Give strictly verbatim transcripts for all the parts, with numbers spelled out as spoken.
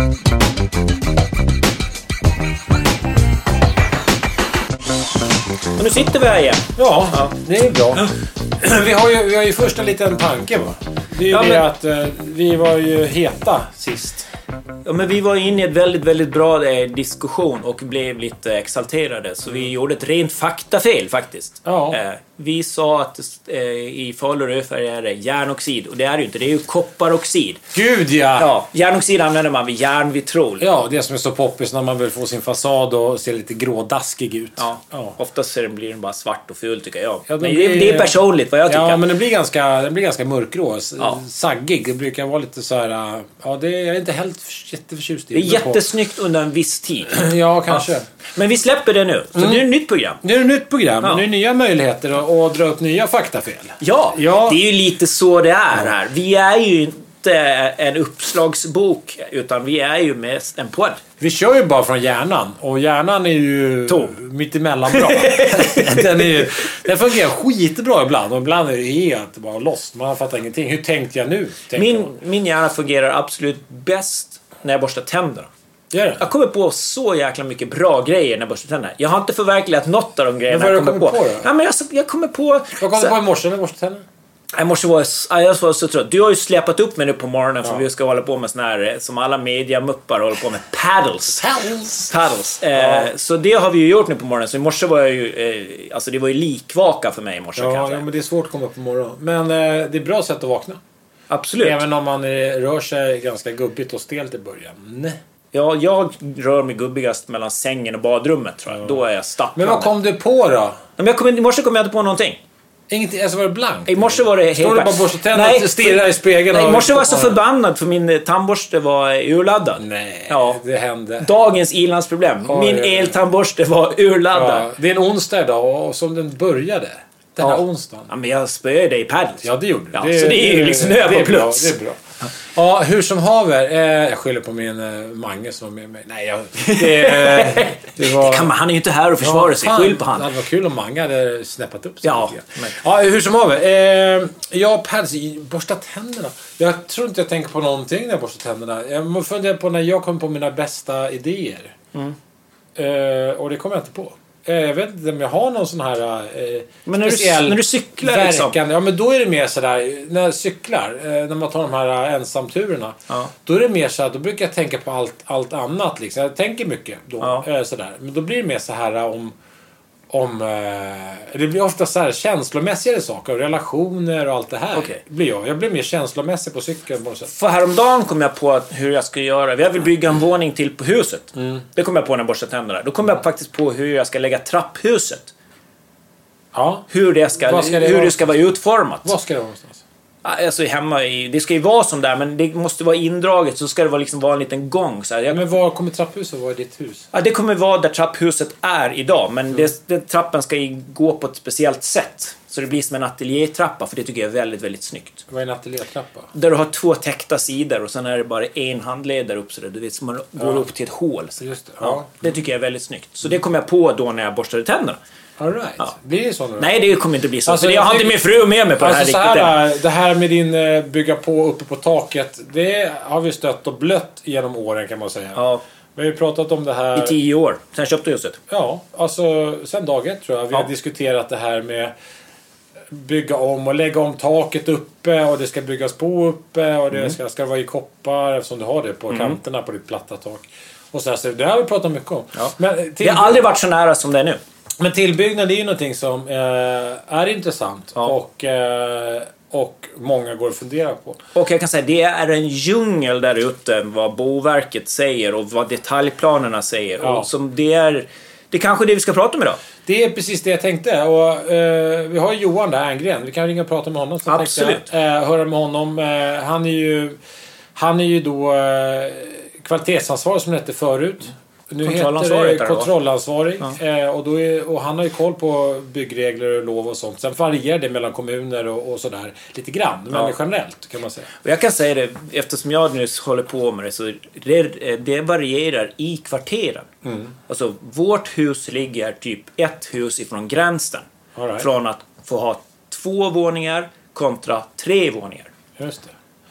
Och nu sitter vi här igen. Ja, ja. Det är bra. Vi har ju, vi har ju först en liten tanke, va? Det är ju ja, det men... att eh, vi var ju heta sist. Ja, men vi var inne i ett väldigt, väldigt bra eh, diskussion och blev lite exalterade. Så vi gjorde ett rent faktafel faktiskt. Ja. Eh, vi sa att eh, i Falu rödfärg är det järnoxid. Och det är det ju inte, det är ju kopparoxid. Gud, ja! Ja, järnoxid använder man vid järnvitrol. Ja, det som är så poppis när man vill få sin fasad och se lite grådaskig ut. Ja, ja. Oftast ser den, blir den bara svart och ful, tycker jag. Ja, men blir... det, det är personligt vad jag tycker. Ja, men den blir ganska, den blir ganska mörkgrå. Ja. Saggig. Det brukar vara lite så här... Ja, det är jag är inte helt jätteförtjust i. Det är jättesnyggt under en viss tid. Ja, kanske. Ja. Men vi släpper det nu. Så mm. det är ett nytt program. Det är ett nytt program. Ja. Det är nya möjligheter att, att dra upp nya faktafel. Ja, ja, det är ju lite så det är här. Vi är ju inte en uppslagsbok, utan vi är ju mest en podd. Vi kör ju bara från hjärnan. Och hjärnan är ju Tom. mitt emellan bra. den, är ju, den fungerar skitbra ibland. Och ibland är det helt bara lost. Man fattar ingenting. Hur tänkte jag nu? Tänkte min, jag. min hjärna fungerar absolut bäst när jag borstar tänderna. Det är det. Jag kommer på så jäkla mycket bra grejer när jag borstar tänderna. Jag har inte förverkligat något av de grejerna men jag kommer på. på ja, men jag, jag kommer på... Vad kom du på i morse när du borstade tänderna? Jag måste vara, jag var så trött. Du har ju släpat upp mig nu på morgonen för ja. vi ska hålla på med sån här, som alla mediamuppar håller på med, paddles. Paddles. Paddles. Ja. Eh, så det har vi ju gjort nu på morgonen. Så i morse var jag ju, eh, alltså det var ju likvaka för mig i morse. Ja, kanske. ja, men det är svårt att komma upp på morgonen. Men eh, det är ett bra sätt att vakna. Absolut. Även om man eh, rör sig ganska gubbigt och stelt i början. Nej. Ja, jag rör mig gubbigast mellan sängen och badrummet, tror jag. Ja. Då är jag stapplande. Men vad kom du på då? Men jag kom, i morse kom jag inte på någonting. Ingenting, alltså var det blankt? I morse var det helt... Står du bara borsta tänderna och stirrar i spegeln? Nej, i morse var jag så förbannad för min tandborste var urladdad. Nej, ja. det hände. Dagens ilandsproblem. Oj, min eltandborste var urladdad. Ja, det är en onsdag idag och som den började. Den här ja. onsdagen. Ja, men jag spöade dig i paddles. Ja, det gjorde du. Ja, det, så det är ju liksom det, över plus. Det är bra. Ja, hur som haver. Eh, jag skyller på min eh, Mange som var med mig. Nej, jag, det, eh, det var... Det kan man, han är ju inte här och försvara ja, sig. Skyll på han. Det var kul om Mange hade snäppat upp sig. Ja, men... ja, hur som haver. Eh, jag pads, borsta tänderna. Jag tror inte jag tänker på någonting när jag borstar tänderna. Jag funderar på när jag kom på mina bästa idéer. Mm. Eh, och det kommer jag inte på. Jag vet inte om jag har någon sån här eh, men när speciell du, när du cyklar verkan. liksom. Ja, men då är det mer sådär när jag cyklar, eh, när man tar de här ensamturerna. Ja. Då är det mer så här, då brukar jag tänka på allt, allt annat liksom. Jag tänker mycket då, ja. eh, sådär. Men då blir det mer så här om om eh, det blir ofta så här känslomässiga saker, relationer och allt det här. Okay. Blir jag. Jag blir mer känslomässig på cykeln på något sätt. För häromdagen kom jag på hur jag ska göra. Jag vill bygga en våning till på huset. Mm. Det kom jag på när jag borstade tänderna. Då kom jag faktiskt på hur jag ska lägga trapphuset. Ja. Hur det ska, ska det hur det ska vara utformat. Vad ska det vara någonstans? Alltså hemma i, det ska ju vara som där, men det måste vara indraget, så ska det vara, liksom vara en liten gång så här. Jag, men var kommer trapphuset vara i ditt hus? Ja, det kommer vara där trapphuset är idag, men mm. det, det, trappen ska ju gå på ett speciellt sätt. Så det blir som en ateljétrappa, för det tycker jag är väldigt, väldigt snyggt. Vad är en ateljétrappa? Där du har två täckta sidor och sen är det bara en handled där upp, så det, du vet, så man går ja. upp till ett hål. Så. Just det. Ja. Ja. Det tycker jag är väldigt snyggt. Så det kom jag på då när jag borstade tänderna. All right. Ja. Blir det så nu? Nej, det kommer inte bli så. Alltså, jag har inte min fru med mig på alltså, det här riktigt. Här, det här med din uh, bygga på uppe på taket, det har vi stött och blött genom åren, kan man säga. Ja. Vi har ju pratat om det här... I tio år. Sen köpte huset. Ja, alltså sen dag ett tror jag. Vi ja. har diskuterat det här med bygga om och lägga om taket uppe, och det ska byggas på uppe, och det mm. ska, ska vara i koppar eftersom du har det på mm. kanterna på ditt platta tak. Och så, här, så det har vi pratat mycket om. Ja. Men till... Det har aldrig varit så nära som det är nu. Men tillbyggnad är ju någonting som eh, är intressant ja. och, eh, och många går att fundera på. Och jag kan säga, det är en djungel där ute vad Boverket säger och vad detaljplanerna säger. Ja. Och som det är, det är kanske det vi ska prata om idag. Det är precis det jag tänkte. Och, eh, vi har Johan där, Angren. Vi kan ringa och prata med honom. Så absolut. Jag, eh, höra med honom. Eh, han är ju, han är ju då eh, kvalitetsansvarig som det hette förut. Nu heter det kontrollansvarig ja. eh, och, då är, och han har ju koll på byggregler och lov och sånt. Sen varierar det mellan kommuner och, och sådär lite grann, men ja. generellt kan man säga. Och jag kan säga det, eftersom jag nu håller på med det, så det, det varierar i kvarteren. Mm. Alltså vårt hus ligger typ ett hus ifrån gränsen. All right. Från att få ha två våningar kontra tre våningar. Just det.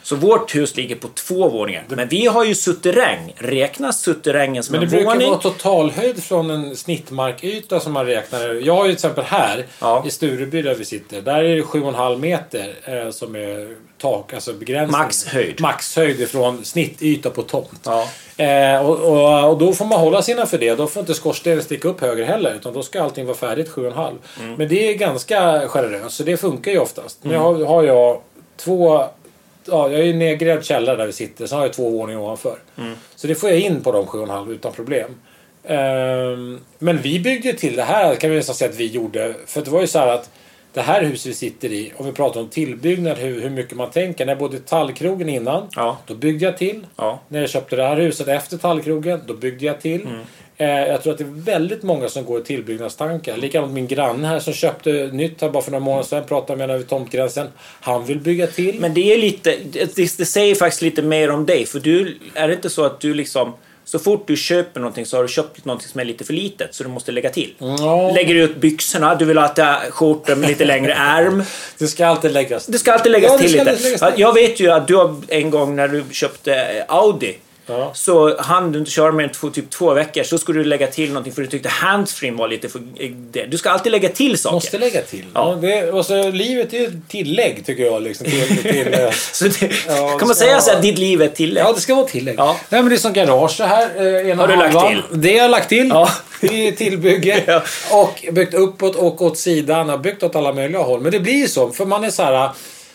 Så vårt hus ligger på två våningar. Men vi har ju suterräng. Räknas suterrängen som en våning? Men det brukar vara totalhöjd från en snittmarkyta som man räknar. Jag har ju till exempel här ja. i Stureby där vi sitter. Där är det sju och en halv meter eh, som är tak, alltså begränsning. Maxhöjd. Maxhöjd ifrån snittyta på tomt. Ja. Eh, och, och, och då får man hålla sina för det. Då får inte skorstenen sticka upp högre heller. Utan då ska allting vara färdigt sju och en halv. Mm. Men det är ganska generöst. Så det funkar ju oftast. Mm. Nu har, har jag två... Ja, jag är ju nedgrävd källare där vi sitter. Sen har jag två våningar ovanför. Mm. Så det får jag in på de sju och en halv utan problem. Um, men vi byggde till det här. Kan vi nästan säga att vi gjorde. För det var ju så här att det här huset vi sitter i. Om vi pratar om tillbyggnad. Hur, hur mycket man tänker. När jag bodde i Tallkrogen innan. Ja. Då byggde jag till. Ja. När jag köpte det här huset efter Tallkrogen. Då byggde jag till. Mm. Jag tror att det är väldigt många som går i tillbyggnadstankar. Likadant min granne här som köpte nytt här bara för några månader sedan. Pratade med mig över tomtgränsen. Han vill bygga till. Men det är lite, det, det säger faktiskt lite mer om dig. För du, är det inte så att du liksom, så fort du köper någonting så har du köpt någonting som är lite för litet. Så du måste lägga till. Mm. Lägger du ut byxorna, du vill ha skjortor med lite längre ärm. Det ska alltid läggas. Det ska alltid läggas ja, till lite. Läggas till. Jag vet ju att du har en gång när du köpte Audi. Ja. Så hann du inte köra med två, typ två veckor så skulle du lägga till någonting för du tyckte handsfree var lite för det. Du ska alltid lägga till saker. Måste lägga till. Ja. Ja, det, och så, livet är ett tillägg tycker jag liksom, till, till, så det, ja, kan man säga så att ditt liv är ett tillägg? Ja, det ska vara tillägg. Ja. Nej, men det är som garage här. Eh, har du lagt till? Det har jag lagt till. Ja. Det är tillbygge. Ja. Och byggt uppåt och åt sidan. Har byggt åt alla möjliga håll. Men det blir så. För man är så här...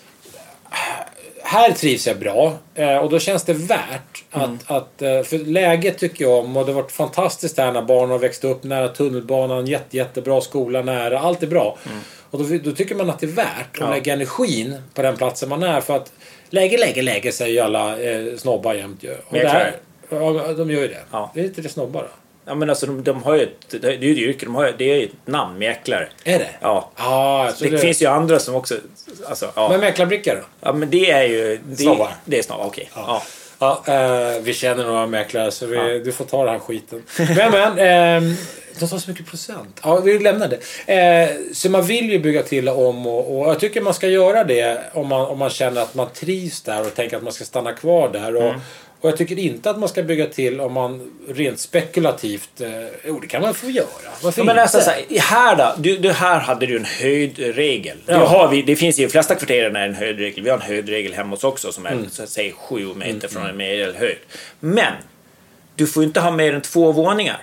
Här trivs jag bra och då känns det värt att, mm. att för läget tycker jag om och det har varit fantastiskt här när barnen har växt upp nära tunnelbanan, jätte, jättebra skola nära, allt är bra. Mm. Och då, då tycker man att det är värt att ja. lägga energin på den platsen man är för att läge, läge, läge säger ju alla eh, snobbar jämt ju. Och där, ja, de gör ju det. Ja. Det är inte det snobbar då. Ja men alltså de, de har ju ett, det är ju ett yrke, de har ju, det är ju ett namn, mäklare. Är det? Ja. Ah, det, det finns ju andra som också alltså, ja. Men mäklarbrickar då? Ja men det är ju det, snobbar. Det är snobbar, okej. Okay. Ja. Ja. Ja, eh, vi känner några mäklare så vi, ja. du får ta den här skiten. Men men eh, de tar så mycket procent. Ja, vi lämnar det. Eh, så man vill ju bygga till om och, och jag tycker man ska göra det om man, om man känner att man trivs där och tänker att man ska stanna kvar där och mm. Och jag tycker inte att man ska bygga till om man rent spekulativt... Eh, jo, det kan man få göra. Varför ja, men alltså, så här, här då, du, du, här hade du en höjdregel. Ja. Det, har vi, det finns i de flesta kvarteren en höjdregel. Vi har en höjdregel hemma hos också som är mm. så att säga, sju meter mm. från en medelhöjd. Men du får inte ha mer än två våningar.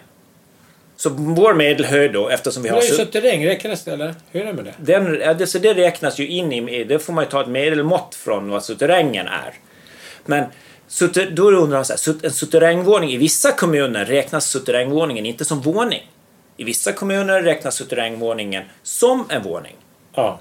Så vår medelhöjd då, eftersom vi har... Det är ju suterräng, räknas det eller? Hur är det med det? Den, det? Så det räknas ju in i... Det får man ju ta ett medelmått från vad suterrängen är. Men... Sutter, då undrar man så här, en suterrängvåning i vissa kommuner räknas suterrängvåningen inte som våning. I vissa kommuner räknas suterrängvåningen som en våning. Ja.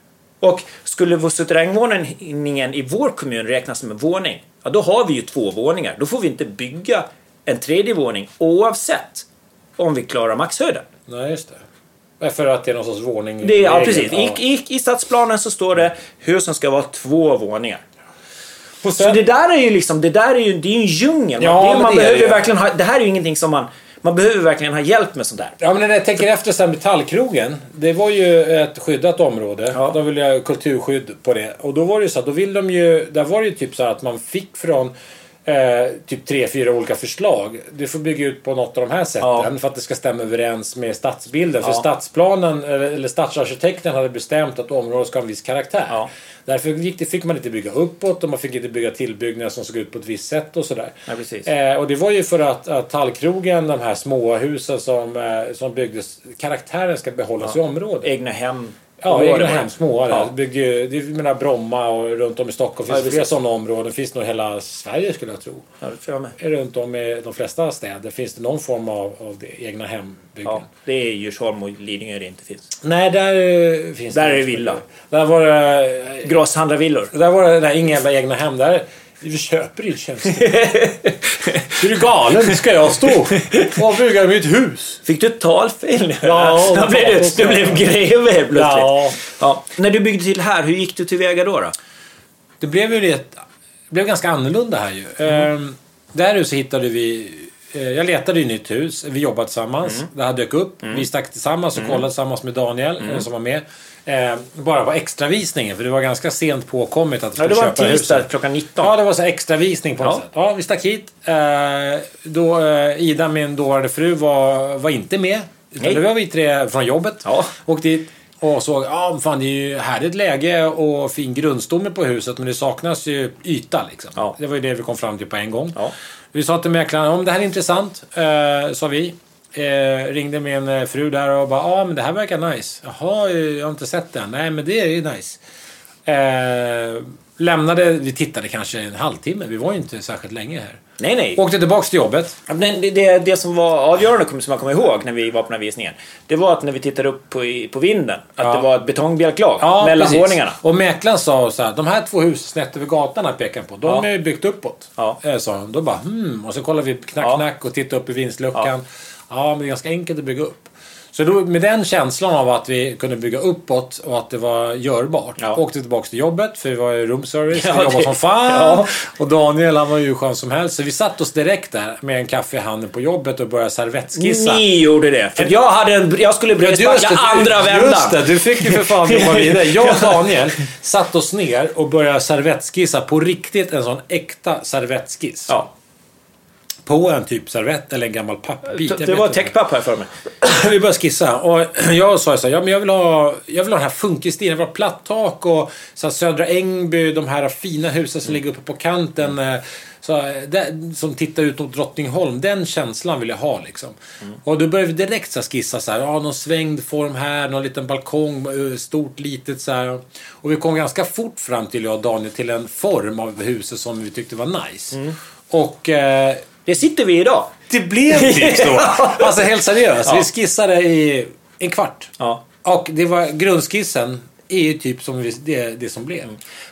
Och skulle vår suterrängvåningen i vår kommun räknas som en våning, ja, då har vi ju två våningar. Då får vi inte bygga en tredje våning oavsett om vi klarar maxhöjden. Nej, just det. För att det är någon sorts våning. Det är, ja, precis. I, i, I stadsplanen så står det husen ska vara två våningar. Sen, så det där är ju liksom, det där är ju, det är ju en djungel. Ja, det, man det behöver är, verkligen ha, det här är ju ingenting som man, man behöver verkligen ha hjälp med sånt där. Ja, men när jag tänker efter så här med Tallkrogen, det var ju ett skyddat område. Ja. De ville ha kulturskydd på det. Och då var det ju så att, då vill de ju, där var det ju typ så här att man fick från Eh, typ tre, fyra olika förslag. Du får bygga ut på något av de här sätten ja. för att det ska stämma överens med stadsbilden. Ja. För stadsplanen eller stadsarkitekten hade bestämt att området ska ha en viss karaktär. Ja. Därför gick det, fick man inte bygga uppåt och man fick inte bygga tillbyggnader som såg ut på ett visst sätt och sådär. Ja, precis. Eh, och det var ju för att, att Tallkrogen, de här små husen som, eh, som byggdes, karaktären ska behållas ja. i området. Egna hem. Ja, egna hem, små. Ja. Bygger ju, det menar Bromma och runt om i Stockholm finns ja, flera sådana områden. Finns nog hela Sverige skulle jag tro. Ja, det tror jag med. Runt om i de flesta städer finns det någon form av, av det, egna hembyggen. Ja, det är ju Djursholm och Lidingö det inte finns. Nej, där finns där det. Där är villa. Där var det... Grosshandlarvillor. Där var det nej, inga jävla egna hem där. Vi köper inte tjänster. Är du galen? Ska jag stå och bygga mitt hus? Fick du ett talfel nu? Ja. Då blev du, du blev greve plötsligt. Ja. Ja. När du byggde till här, hur gick du tillväga då? då? Det blev ju det, det blev ganska annorlunda här ju. Mm. Ehm, där så hittade vi eh, jag letade ju nytt hus. Vi jobbade tillsammans. Mm. Det här dök upp. Mm. Vi stack tillsammans och mm. kollade tillsammans med Daniel mm. som var med. Eh, bara på extravisningen, för det var ganska sent påkommit att ja, det var en tisdag klockan nitton. Ja, det var så extravisning på något ja. sätt. Ja, vi stack hit. Eh, då eh, Ida, min dåvarande fru, var, var inte med. Utan det var vi tre från jobbet. Ja. Och dit och såg, ja fan det är ju härligt läge och fin grundstomme på huset, men det saknas ju yta liksom. Ja. Det var ju det vi kom fram till på en gång. Ja. Vi sa till mäklaren, om det här är intressant, eh, sa vi. Eh, ringde min fru där och bara, ja ah, men det här verkar nice. Jaha, jag har inte sett den. Nej men det är ju nice. Eh, lämnade, vi tittade kanske en halvtimme. Vi var ju inte särskilt länge här. Nej, nej. Åkte tillbaka till jobbet. Det, det, det som var avgörande, som jag kommer ihåg när vi var på den här visningen, det var att när vi tittade upp på, på vinden, att ja. det var ett betongbjälklag ja, mellan precis. våningarna. Och mäklaren sa så här, de här två husen snett över gatan här pekar på, de ja. är byggt uppåt. Ja. Eh, sa de. Då bara, hmm. Och så kollade vi knack, ja. knack och tittade upp i vindsluckan. Ja. Ja, men det är ganska enkelt att bygga upp. Så då, med den känslan av att vi kunde bygga uppåt och att det var görbart, ja. åkte tillbaka till jobbet, för vi var i roomservice, ja, vi jobbade det, som fan. Ja. Och Daniel, han var ju skön som helst. Så vi satt oss direkt där med en kaffe i handen på jobbet och började servettskissa. Ni gjorde det. För jag, hade en, jag skulle brödspacka andra vändan. Just det, du fick ju för fan jobba vidare. Jag och Daniel satt oss ner och började servettskissa på riktigt, en sån äkta servettskiss. Ja. På en typ servett eller en gammal pappbit. Det, det var täckpapp här för mig. Vi började skissa. Och jag sa så här, ja, men jag vill ha, jag vill ha den här funkestilen. Jag vill ha platttak och så här, Södra Ängby, de här fina husen som mm. ligger uppe på kanten. Så, det, som tittar ut mot Drottningholm. Den känslan vill jag ha liksom. Mm. Och då började vi direkt så här, skissa så här. Ja, någon svängd form här, någon liten balkong, stort, litet så här. Och vi kom ganska fort fram till, jag och Daniel, till en form av huset som vi tyckte var nice. Mm. Och... Eh, det sitter vi idag. Det blev typ så. Alltså helt seriöst. Ja. Vi skissade i en kvart. Ja. Och det var grundskissen är ju typ som vi, det, det som blev.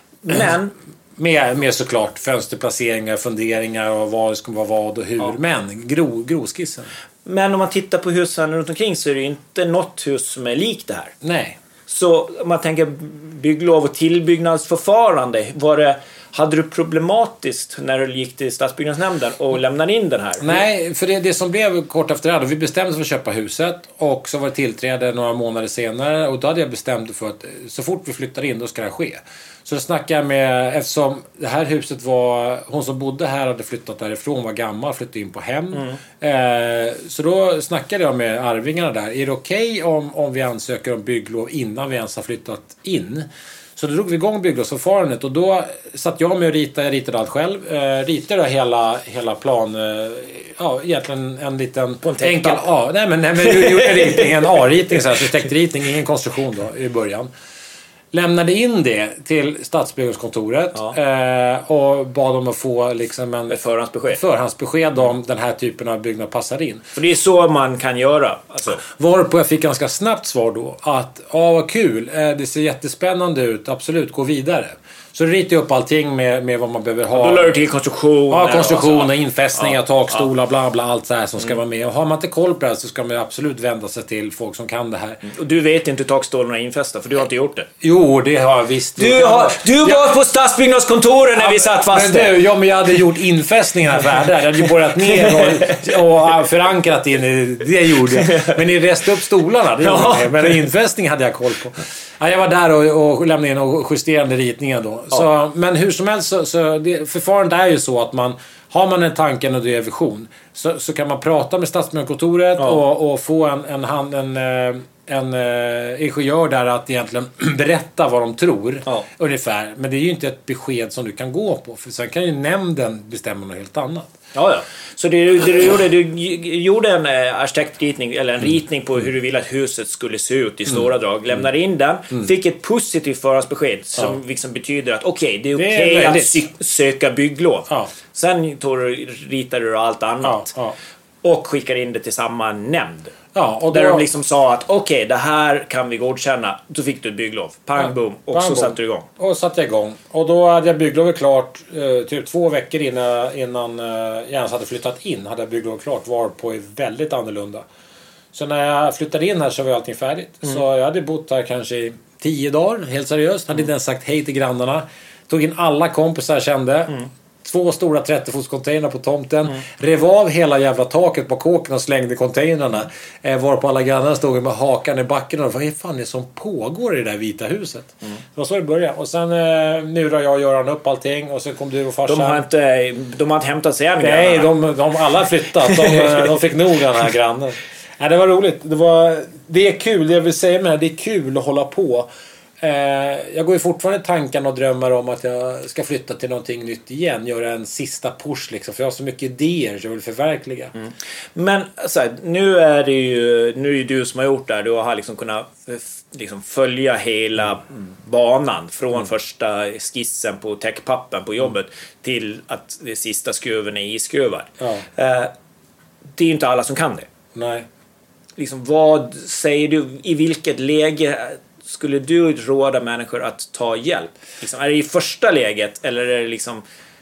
Men med, med såklart fönsterplaceringar, funderingar och vad det ska vara vad och hur. Ja. Men gro, groskissen. Men om man tittar på husen runt omkring så är det ju inte något hus som är likt det här. Nej. Så om man tänker bygglov och tillbyggnadsförfarande, var det, hade du problematiskt när du gick till stadsbyggnadsnämnden och lämnade in den här? Nej, för det, det som blev kort efter det här, vi bestämde oss för att köpa huset och så var det tillträde några månader senare och då hade jag bestämt för att så fort vi flyttar in då ska det ske. Så då snackade jag med, eftersom det här huset var, hon som bodde här hade flyttat därifrån, var gammal, flyttade in på hem. Mm. Eh, så då snackade jag med arvingarna där. Är det okej okay om, om vi ansöker om bygglov innan vi ens har flyttat in? Så då drog vi igång bygglovsförfarandet och då satt jag med och ritade, jag ritade allt själv. Eh, ritade hela, hela plan, eh, ja egentligen en liten på en enkel A. Nej men, nej, men jag gjorde en ritning, en A-ritning, så här, arkitektritning, ingen konstruktion då i början. Lämnade in det till stadsbyggnadskontoret ja. eh, och bad om att få liksom en Ett förhandsbesked. förhandsbesked om den här typen av byggnad passar in. För det är så man kan göra. Alltså. Varpå jag fick ganska snabbt svar då att ja vad kul, eh, det ser jättespännande ut, absolut, gå vidare. Så ritade jag upp allting med, med vad man behöver ha. Ja, då lär du till konstruktion. Ja, konstruktion, infästningar, ja, takstolar, ja. bla bla, allt så här som ska mm. vara med. Och har man inte koll på det så ska man absolut vända sig till folk som kan det här. Mm. Och du vet inte hur takstolarna är infästa, för du har inte gjort det. Jo, det har jag visst. Du, har, du var ja. på stadsbyggnadskontoret när ja, vi satt fast men du, ja, men jag hade gjort infästningarna färdiga. Jag hade ju borrat ner och, och förankrat in i, det gjorde jag. Men ni reste upp stolarna, det ja. jag. Men infästning hade jag koll på. Ja, jag var där och, och lämnade in och justerade ritningen då. Ja. Så, men hur som helst så, så det, förfarandet är ju så att man har man en tanke och det är vision så, så kan man prata med stadsbyggnadskontoret ja. och, och få en, en, hand, en, en, en uh, ingenjör där att egentligen berätta vad de tror ja. ungefär. Men det är ju inte ett besked som du kan gå på, för sen kan ju nämnden bestämma något helt annat. Ja, ja. Så det, det du gjorde, du gjorde en eh, arkitektritning eller en mm. ritning på hur du ville att huset skulle se ut i stora mm. drag. Lämnade in den, mm. fick ett positivt förhandsbesked som ja. liksom betyder att okej, okay, det är okej okay att sy- söka bygglov. Ja. Sen tog du, ritade du allt annat ja. Ja. och skickade in det till samma nämnd. Ja, och då, där de liksom sa att okej, okay, det här kan vi godkänna. Då fick du ett bygglov. Pang, ja, boom. Och pang, så boom. satte du igång. Och satte jag igång. Och då hade jag bygglovet klart eh, typ två veckor innan, innan eh, jag ens hade flyttat in. Hade jag bygglovet klart. Var på väldigt annorlunda. Så när jag flyttade in här så var allting färdigt. Mm. Så jag hade bott här kanske i tio dagar. Helt seriöst. Hade mm. inte ens sagt hej till grannarna. Tog in alla kompisar jag kände. Mm. två stora trettio-fots-containrar på tomten. Mm. Rev av hela jävla taket på kåken och slängde containrarna. Eh, var på alla grannar stod med hakan i backen. Och vad fan är det som pågår i det där vita huset? Mm. Det var så det började. Och sen eh, murade jag och Göran upp allting. Och sen kom du och farsan. De har inte, de har inte hämtat sig än. Nej, de, de alla flyttat. De, de fick nog den här grannen. Nej, det var roligt. Det, var, det är kul, det jag vill säga med det är kul att hålla på. Eh, jag går ju fortfarande tankarna och drömmar om att jag ska flytta till någonting nytt igen. Göra en sista push liksom. För jag har så mycket idéer som jag vill förverkliga. Mm. Men så här, nu är det ju nu är det du som har gjort det här. Du har liksom kunnat liksom följa hela banan. Från mm. första skissen på täckpappen på jobbet. Mm. Till att det sista skruven är iskruvar. Ja. Eh, det är ju inte alla som kan det. Nej. Liksom, vad säger du, i vilket läge skulle du råda människor att ta hjälp? Liksom, är det i första läget eller är det liksom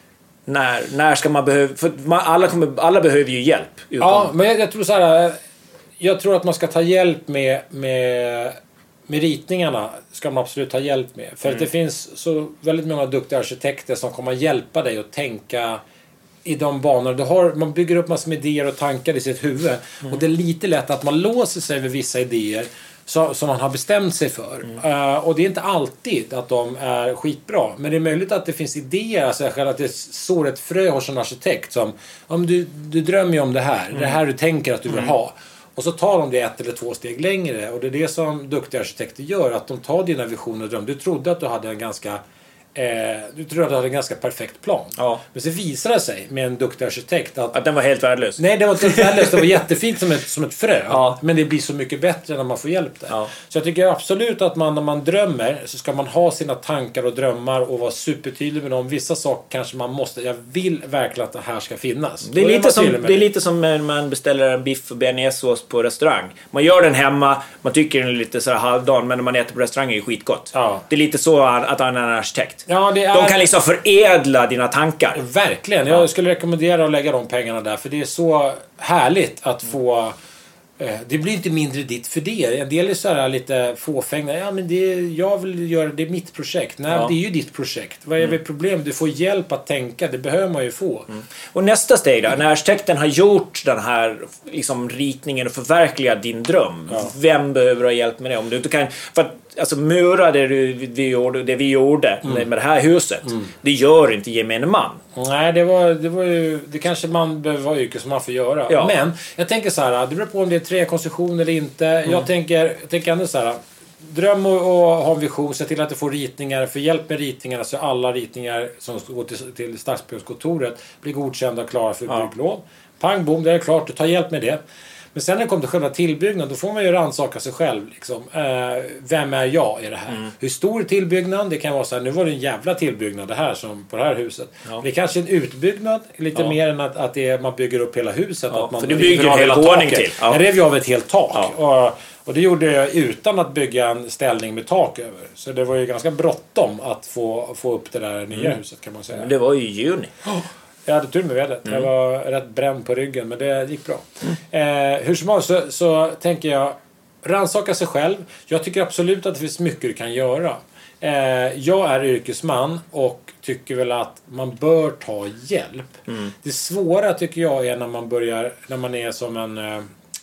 när, när ska man behöva, för man, alla, kommer, alla behöver ju hjälp. Utan... Ja, men jag, jag tror så här, jag tror att man ska ta hjälp med, med, med ritningarna ska man absolut ta hjälp med. För mm. att det finns så väldigt många duktiga arkitekter som kommer att hjälpa dig att tänka i de banor du har. Man bygger upp massor med idéer och tankar i sitt huvud. Mm. Och det är lite lätt att man låser sig vid vissa idéer så, som man har bestämt sig för. Mm. Uh, och det är inte alltid att de är skitbra. Men det är möjligt att det finns idéer, alltså att det sår ett frö hos en arkitekt som, om du, du drömmer ju om det här. Mm. Det här du tänker att du vill mm. ha. Och så tar de det ett eller två steg längre. Och det är det som duktiga arkitekter gör. Att de tar dina visioner och drömmar. Du trodde att du hade en ganska Eh, du tror att du hade en ganska perfekt plan. Ja. Men så visade det sig med en duktig arkitekt att, att den var helt värdelös. Nej, den var inte helt värdelös. Det var jättefint som ett, som ett frö. Ja. Men det blir så mycket bättre när man får hjälp där. Ja. Så jag tycker absolut att man, när man drömmer så ska man ha sina tankar och drömmar och vara supertydlig med dem. Vissa saker kanske man måste. Jag vill verkligen att det här ska finnas. Det är, lite som, det är lite som när man beställer en biff och bearnaisesås på restaurang. Man gör den hemma, man tycker den är lite så här halvdan, men när man äter på restaurang är det skitgott. Ja. Det är lite så att han är en arkitekt. Ja, det är... De kan liksom förädla dina tankar. Verkligen. Jag skulle rekommendera att lägga de pengarna där. För det är så härligt att få... Eh, det blir inte mindre ditt för det. En del är så här lite fåfängda. Ja, men det, jag vill göra det är mitt projekt. Nej, ja. Det är ju ditt projekt. Vad är det mm. problem? Du får hjälp att tänka. Det behöver man ju få. Mm. Och nästa steg då. När arkitekten har gjort den här liksom, ritningen och förverkligat din dröm. Ja. Vem behöver ha hjälp med det? Om du inte kan... För att, alltså mura det vi gjorde, det vi gjorde mm. med det här huset. Mm. Det gör inte gemene man. Nej, det var, det var ju... Det kanske man behöver vara yrkesman för att göra. Ja. Men jag tänker så här. Det beror på om det är träkonstruktion eller inte. Mm. Jag tänker, jag tänker ändå så här. Dröm och, och ha en vision. Se till att du får ritningar. För hjälp med ritningarna så alla ritningar som går till, till stadsbyggnadskontoret blir godkända och klara för ja. bygglov. Pang, bom, det är klart. Du tar hjälp med det. Men sen när det kommer till själva tillbyggnaden, då får man ju rannsaka sig själv. Liksom. Eh, vem är jag i det här? Mm. Hur stor är tillbyggnaden? Det kan vara så här, nu var det en jävla tillbyggnad det här som på det här huset. Ja. Det är kanske en utbyggnad, lite ja. mer än att, att det är, man bygger upp hela huset. Ja, att man för du bygger en hel våning till. Ja. Jag rev ju av ett helt tak. Ja. Och, och det gjorde jag utan att bygga en ställning med tak över. Så det var ju ganska bråttom att få, få upp det där nya mm. huset kan man säga. Men det var ju i juni. Oh. Jag hade tur med vädret. Mm. Jag var rätt bränd på ryggen, men det gick bra. Mm. Eh, hur som helst så, så tänker jag rannsaka sig själv. Jag tycker absolut att det finns mycket du kan göra. Eh, jag är yrkesman och tycker väl att man bör ta hjälp. Mm. Det svåra tycker jag är när man börjar, när man är som en... Eh,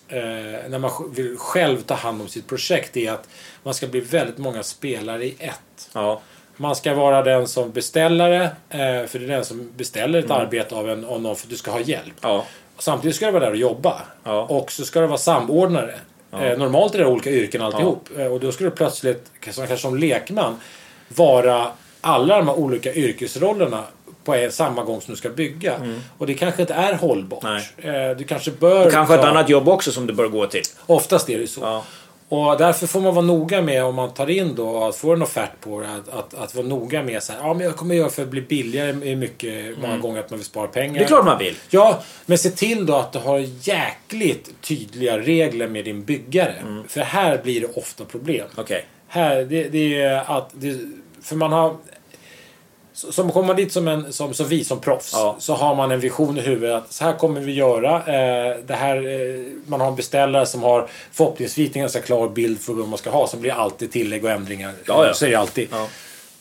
när man vill själv ta hand om sitt projekt är att man ska bli väldigt många spelare i ett. Ja. Man ska vara den som beställare, eh, för det är den som beställer ett mm. arbete av, en, av någon för att du ska ha hjälp. Ja. Och samtidigt ska du vara där och jobba. Ja. Och så ska du vara samordnare. Ja. Eh, normalt är det olika yrken alltihop. Ja. Eh, och då ska du plötsligt, kanske som lekman, vara alla de här olika yrkesrollerna på en, samma gång som du ska bygga. Mm. Och det kanske inte är hållbart. Eh, du kanske bör... Du kanske har ett annat jobb också som du bör gå till. Oftast är det så. Ja. Och därför får man vara noga med om man tar in då att få en offert på det, att, att, att vara noga med så här, ja men jag kommer göra för att bli billigare i mycket, många mm. gånger att man vill spara pengar. Det är klart man vill. Ja, men se till då att du har jäkligt tydliga regler med din byggare. Mm. För här blir det ofta problem. Okay. Här, det, det är att, det, för man har... Som kommer man dit som, en, som, som vi som proffs ja. så har man en vision i huvudet att så här kommer vi göra. Eh, det här, eh, man har en beställare som har förhoppningsvis en ganska klar bild för vad man ska ha som blir alltid tillägg och ändringar. Ja, ja. Så är det alltid. Ja.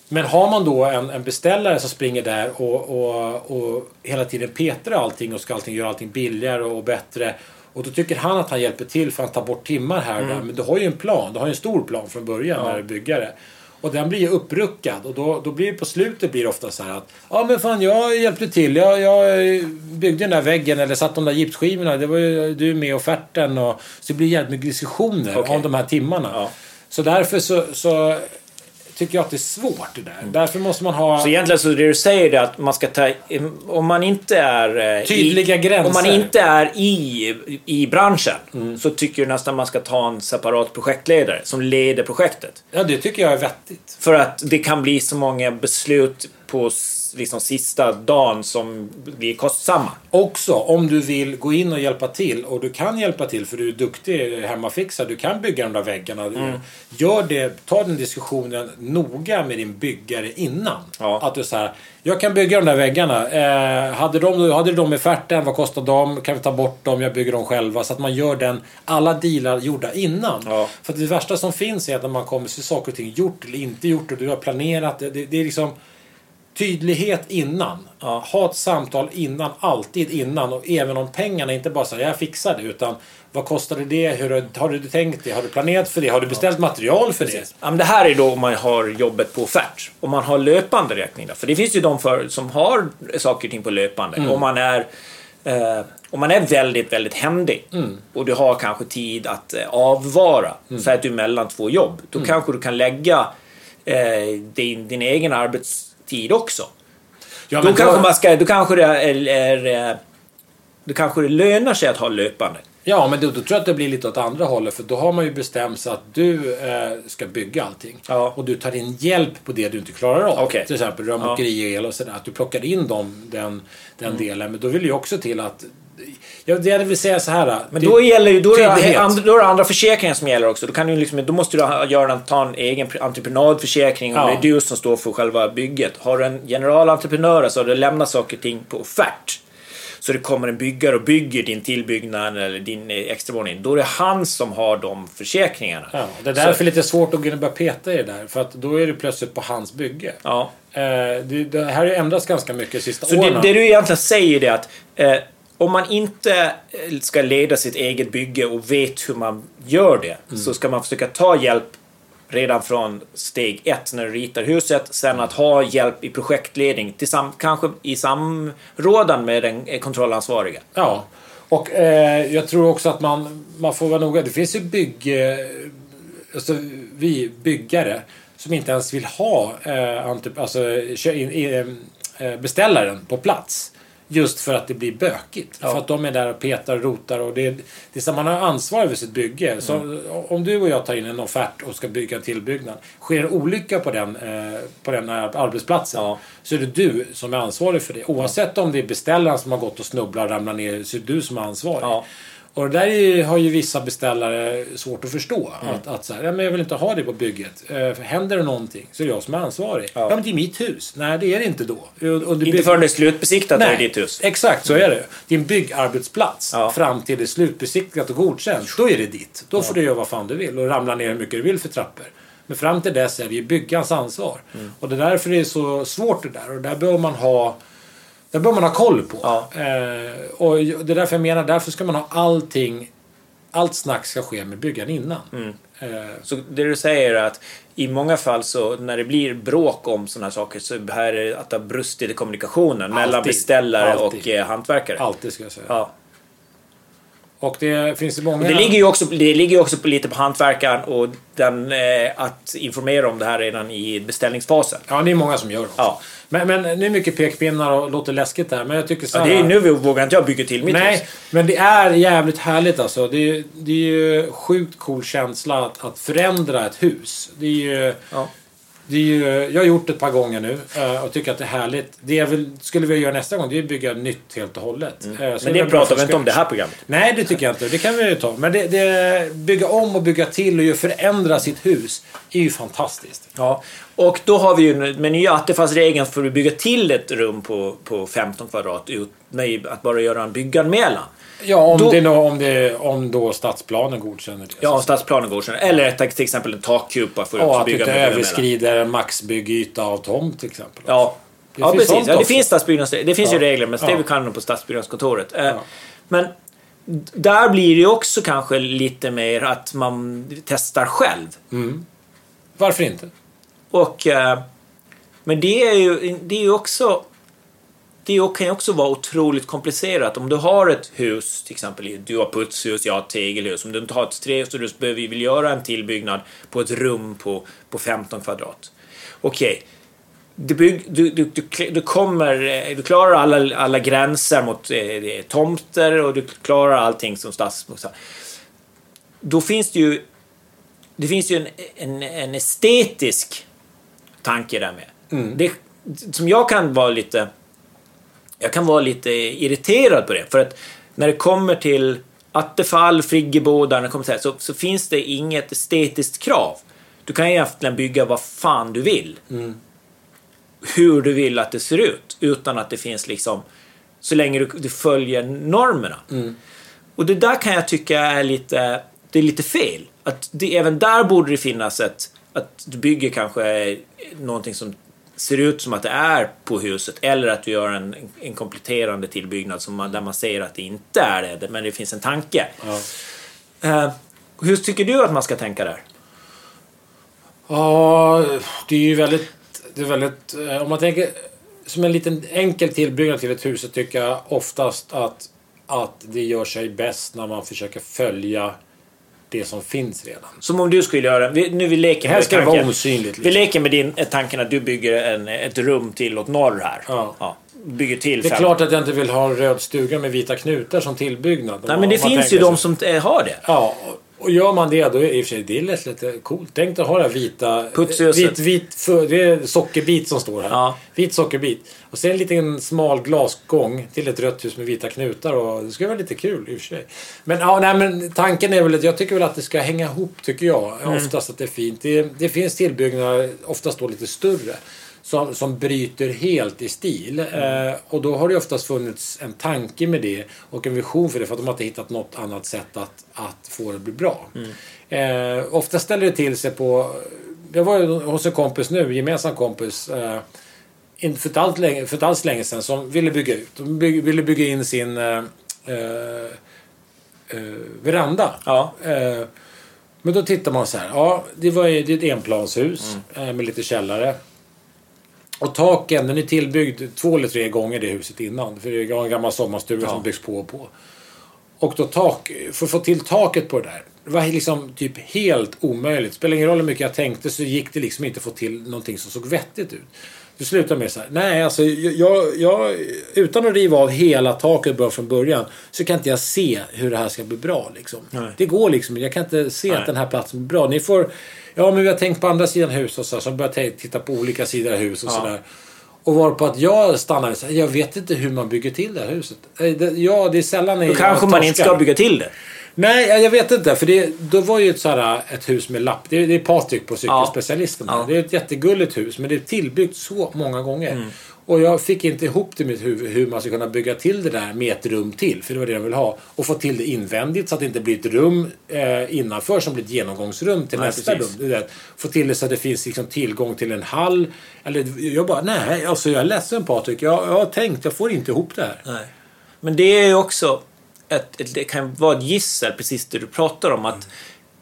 Men har man då en, en beställare som springer där och, och, och hela tiden petar allting och ska allting göra allting billigare och bättre, och då tycker han att han hjälper till för att ta bort timmar här och mm. där. Men du har ju en plan, du har ju en stor plan från början ja. när du är byggare. Och den blir ju uppruckad. Och då, då blir det på slutet blir det ofta så här att ja men fan jag hjälpte till. Jag, jag byggde den där väggen eller satt de där gipsskivorna. Det var ju du med i offerten. Och, så det blir jävligt mycket diskussioner okay. om de här timmarna. Ja. Så därför så... så tycker jag att det är svårt det där. Mm. Därför måste man ha... Så egentligen så det du säger är att man ska ta... Om man inte är... Tydliga i, gränser. Om man inte är i, i branschen mm. så tycker jag nästan man ska ta en separat projektledare som leder projektet. Ja, det tycker jag är vettigt. För att det kan bli så många beslut på liksom sista dagen som blir kostsamma. Också om du vill gå in och hjälpa till, och du kan hjälpa till för du är duktig hemmafixare, du kan bygga de där väggarna. Mm. Gör det, ta den diskussionen noga med din byggare innan. Ja. Att du så här, jag kan bygga de där väggarna. Eh, hade de hade de i färten, vad kostar de? Kan vi ta bort dem? Jag bygger dem själva. Så att man gör den, alla dealar gjorda innan. Ja. För att det värsta som finns är att när man kommer till saker och ting gjort eller inte gjort och du har planerat, det, det, det är liksom tydlighet innan. Ja. Ha ett samtal innan, alltid innan. Och även om pengarna, inte bara så här, jag fixar det, utan vad kostade det? Hur har du tänkt det? Har du planerat för det? Har du beställt ja. material för det? Ja, men det här är då om man har jobbet på offert. Om man har löpande räkningar. För det finns ju de för, som har saker och ting på löpande. Mm. Om man är eh, om man är väldigt, väldigt händig mm. och du har kanske tid att eh, avvara mm. så att du är mellan två jobb. Då mm. kanske du kan lägga eh, din, din egen arbets tid också. Ja, då, kanske då... Man ska, då kanske det är, är då kanske det lönar sig att ha löpande. Ja, men då, då tror jag att det blir lite åt andra hållet, för då har man ju bestämt sig att du eh, ska bygga allting. Ja. Och du tar in hjälp på det du inte klarar av. Okay. Till exempel rörmokeri och el och sådär. Att du plockar in dem, den, den mm. delen. Men då vill ju också till att jag det vill säga så här. Men då gäller ju då är det andra, då är det andra försäkringar som gäller också. Då kan du liksom, då måste du göra en, ta en egen entreprenadförsäkring om ja. det är du som står för själva bygget. Har du en generalentreprenör så har du lämnat saker och ting på offert. Så det kommer en byggare och bygger din tillbyggnad eller din extravåning. Då är det han som har de försäkringarna. Ja, det är därför så, lite svårt att börja peta i det där. För att då är det plötsligt på hans bygge. Ja. Eh, det, det här har ändrat ganska mycket sista så åren. Så det, det du egentligen säger är att eh, om man inte ska leda sitt eget bygge och vet hur man gör det mm. så ska man försöka ta hjälp redan från steg ett när du ritar huset. Sen att ha hjälp i projektledning tillsamm- kanske i samrådan med den kontrollansvariga. Ja, och eh, jag tror också att man, man får vara noga. Det finns ju bygg, eh, alltså, vi byggare som inte ens vill ha eh, antip- alltså, eh, beställaren på plats. Just för att det blir bökigt. Ja. För att de är där och petar och rotar. Och det, det är som man har ansvar över sitt bygge. Mm. Så om du och jag tar in en offert och ska bygga en tillbyggnad. Sker en olycka på den, eh, på den här arbetsplatsen. Ja. Så är det du som är ansvarig för det. Oavsett om det är beställaren som har gått och snubblat och ramlat ner. Så är det du som är ansvarig. Ja. Och där är, har ju vissa beställare svårt att förstå. Mm. Att, att så här, ja, men jag vill inte ha det på bygget. Eh, händer det någonting så är det jag som är ansvarig. Ja. ja, men det är mitt hus. Nej, det är det inte då. Under inte bygg... förrän det är slutbesiktat är ditt hus. Exakt, så är det. Det är en byggarbetsplats. Ja. Fram till det är slutbesiktat och godkänt. Då är det ditt. Då får ja. du göra vad fan du vill. Och ramla ner hur mycket du vill för trappor. Men fram till dess är det ju byggans ansvar. Mm. Och det är därför det är så svårt det där. Och där behöver man ha... Det bör man ha koll på. Ja. Eh, och det är därför jag menar, därför ska man ha allting, allt snack ska ske med byggaren innan. Mm. Eh. Så det du säger är att i många fall så när det blir bråk om sådana här saker så är det att det har brustit i kommunikationen alltid. Mellan beställare alltid. och eh, hantverkare. Alltid ska jag säga. Ja. Och det finns ju många... Och det ligger ju också, det ligger ju också på, lite på hantverkaren och den, eh, att informera om det här redan i beställningsfasen. Ja, det är många som gör det också. Ja. Men, men det är mycket pekpinnar och låter läskigt där. Men jag tycker så här, ja, det är nu vågar inte jag bygga till mitt nej, hus. Men det är jävligt härligt alltså. Det är, det är ju sjukt cool känsla att, att förändra ett hus. Det är ju... Ja. Det är ju, jag har gjort det ett par gånger nu och tycker att det är härligt. Det jag vill, skulle vi göra nästa gång det är att bygga nytt helt och hållet. Mm. Men det pratar vi inte om det här programmet. Nej, det tycker jag inte. Det kan vi ju ta. Men det, det, bygga om och bygga till och förändra sitt hus är ju fantastiskt. Ja. Och då har vi ju med nya attefallsregeln för att bygga till ett rum på, på femton kvadrat med att bara göra en bygganmälan. Ja, om, då, det, om, det, om då stadsplanen godkänner det. Ja, om stadsplanen godkänner. Eller ett, till exempel en takkupa för ja, att bygga. Ja, att du inte överskrider en maxbyggyta av tomt till exempel. Ja, det ja precis. Ja, det finns stadsbyggnads, det finns ja. ju regler, men det ja. kan de på stadsbyggnadskontoret. Ja. Men där blir det också kanske lite mer att man testar själv. Mm. Varför inte? Och, men det är ju, det är ju också... Det kan ju också vara otroligt komplicerat. Om du har ett hus, till exempel, du har putshus, jag har tegelhus. Om du inte har ett trehus och du behöver vill göra en tillbyggnad på ett rum på, på femton kvadrat. Okej, okay. du, du, du, du, du, kommer, du klarar alla, alla gränser mot eh, tomter och du klarar allting som stads... Då finns det ju, det finns ju en, en, en estetisk tanke där med. Mm. Det, som jag kan vara lite... Jag kan vara lite irriterad på det. För att när det kommer till Attefall, Friggeboda, när det kommer till här, så, så finns det inget estetiskt krav. Du kan egentligen bygga vad fan du vill. Mm. Hur du vill att det ser ut. Utan att det finns liksom... Så länge du, du följer normerna. Mm. Och det där kan jag tycka är lite... Det är lite fel. Att det, även där borde det finnas ett... Att du bygger kanske någonting som... ser ut som att det är på huset, eller att du gör en, en kompletterande tillbyggnad som man, där man säger att det inte är det, men det finns en tanke. Ja. Uh, hur tycker du att man ska tänka där? Ja, det är ju väldigt, det är väldigt om man tänker som en liten enkel tillbyggnad till ett hus, så tycker jag oftast att, att det gör sig bäst när man försöker följa det som finns redan. Som om du skulle göra... Vi, nu vi leker med tanken. Vara osynligt, liksom. Vi leker med din tanken att du bygger en, ett rum till åt norr här. Ja. Ja, bygger till det är fem. klart att jag inte vill ha en röd stuga med vita knutar som tillbyggnad. Nej, men det finns ju de som har det. Ja, och gör man det, då är det i och för sig det är lite coolt. Tänk dig att ha det här vita... Vit, vit, för, det är sockerbit som står här. Ja. Vit sockerbit. Och sen en liten smal glasgång till ett rött hus med vita knutar. Och det ska vara lite kul i och för sig. Men, ja, nej, men tanken är väl att jag tycker väl att det ska hänga ihop, tycker jag. Mm. Oftast att det är fint. Det, det finns tillbyggnader, oftast då lite större. Som, som bryter helt i stil. Mm. Eh, och då har det oftast funnits en tanke med det och en vision för det, för att de har inte hittat något annat sätt att, att få det att bli bra. Mm. Eh, ofta ställer det till sig på... Jag var ju hos en kompis nu, gemensam kompis, eh, inte för ett allt länge, för ett allt länge sedan, som ville bygga ut. De bygg, ville bygga in sin eh, eh, veranda. Ja. Eh, men då tittar man så här. Ja, det var ju ett enplanshus mm. eh, med lite källare. Och taken, den är tillbyggd två eller tre gånger det huset innan. För det är en gammal sommarstuga ja. som byggs på och på. Och då tak, för att få till taket på det där. Det var liksom typ helt omöjligt. Spelar ingen roll hur mycket jag tänkte, så gick det liksom inte att få till någonting som såg vettigt ut. Det slutade med så här. Nej, alltså jag, jag, utan att riva av hela taket bara från början, så kan inte jag se hur det här ska bli bra liksom. Det går liksom, jag kan inte se Nej. att den här platsen blir bra. Ni får... Ja, men vi har tänkt på andra sidan hus och så, så börjar titta på olika sidor av hus och ja. sådär. Och var på att jag stannade så här, jag vet inte hur man bygger till det här huset. Ja, det är sällan... Då kanske man inte ska bygga till det. Nej, jag vet inte. För det, då var ju ett, så här, ett hus med lapp. Det är, det är Patrik på cykelspecialisterna. Ja. Ja. Det är ett jättegulligt hus, men det är tillbyggt så många gånger. Mm. Och jag fick inte ihop det i mitt huvud hur man ska kunna bygga till det där med ett rum till. För det var det jag ville ha. Och få till det invändigt så att det inte blir ett rum eh, innanför som blir ett genomgångsrum till nej, nästa precis. rum. Få till det så att det finns liksom tillgång till en hall. Eller jag bara, nej, alltså jag är ledsen Patrik. Jag, jag har tänkt, jag får inte ihop det här. Nej. Men det är ju också, ett, ett, det kan vara ett gissel, precis det du pratar om. Att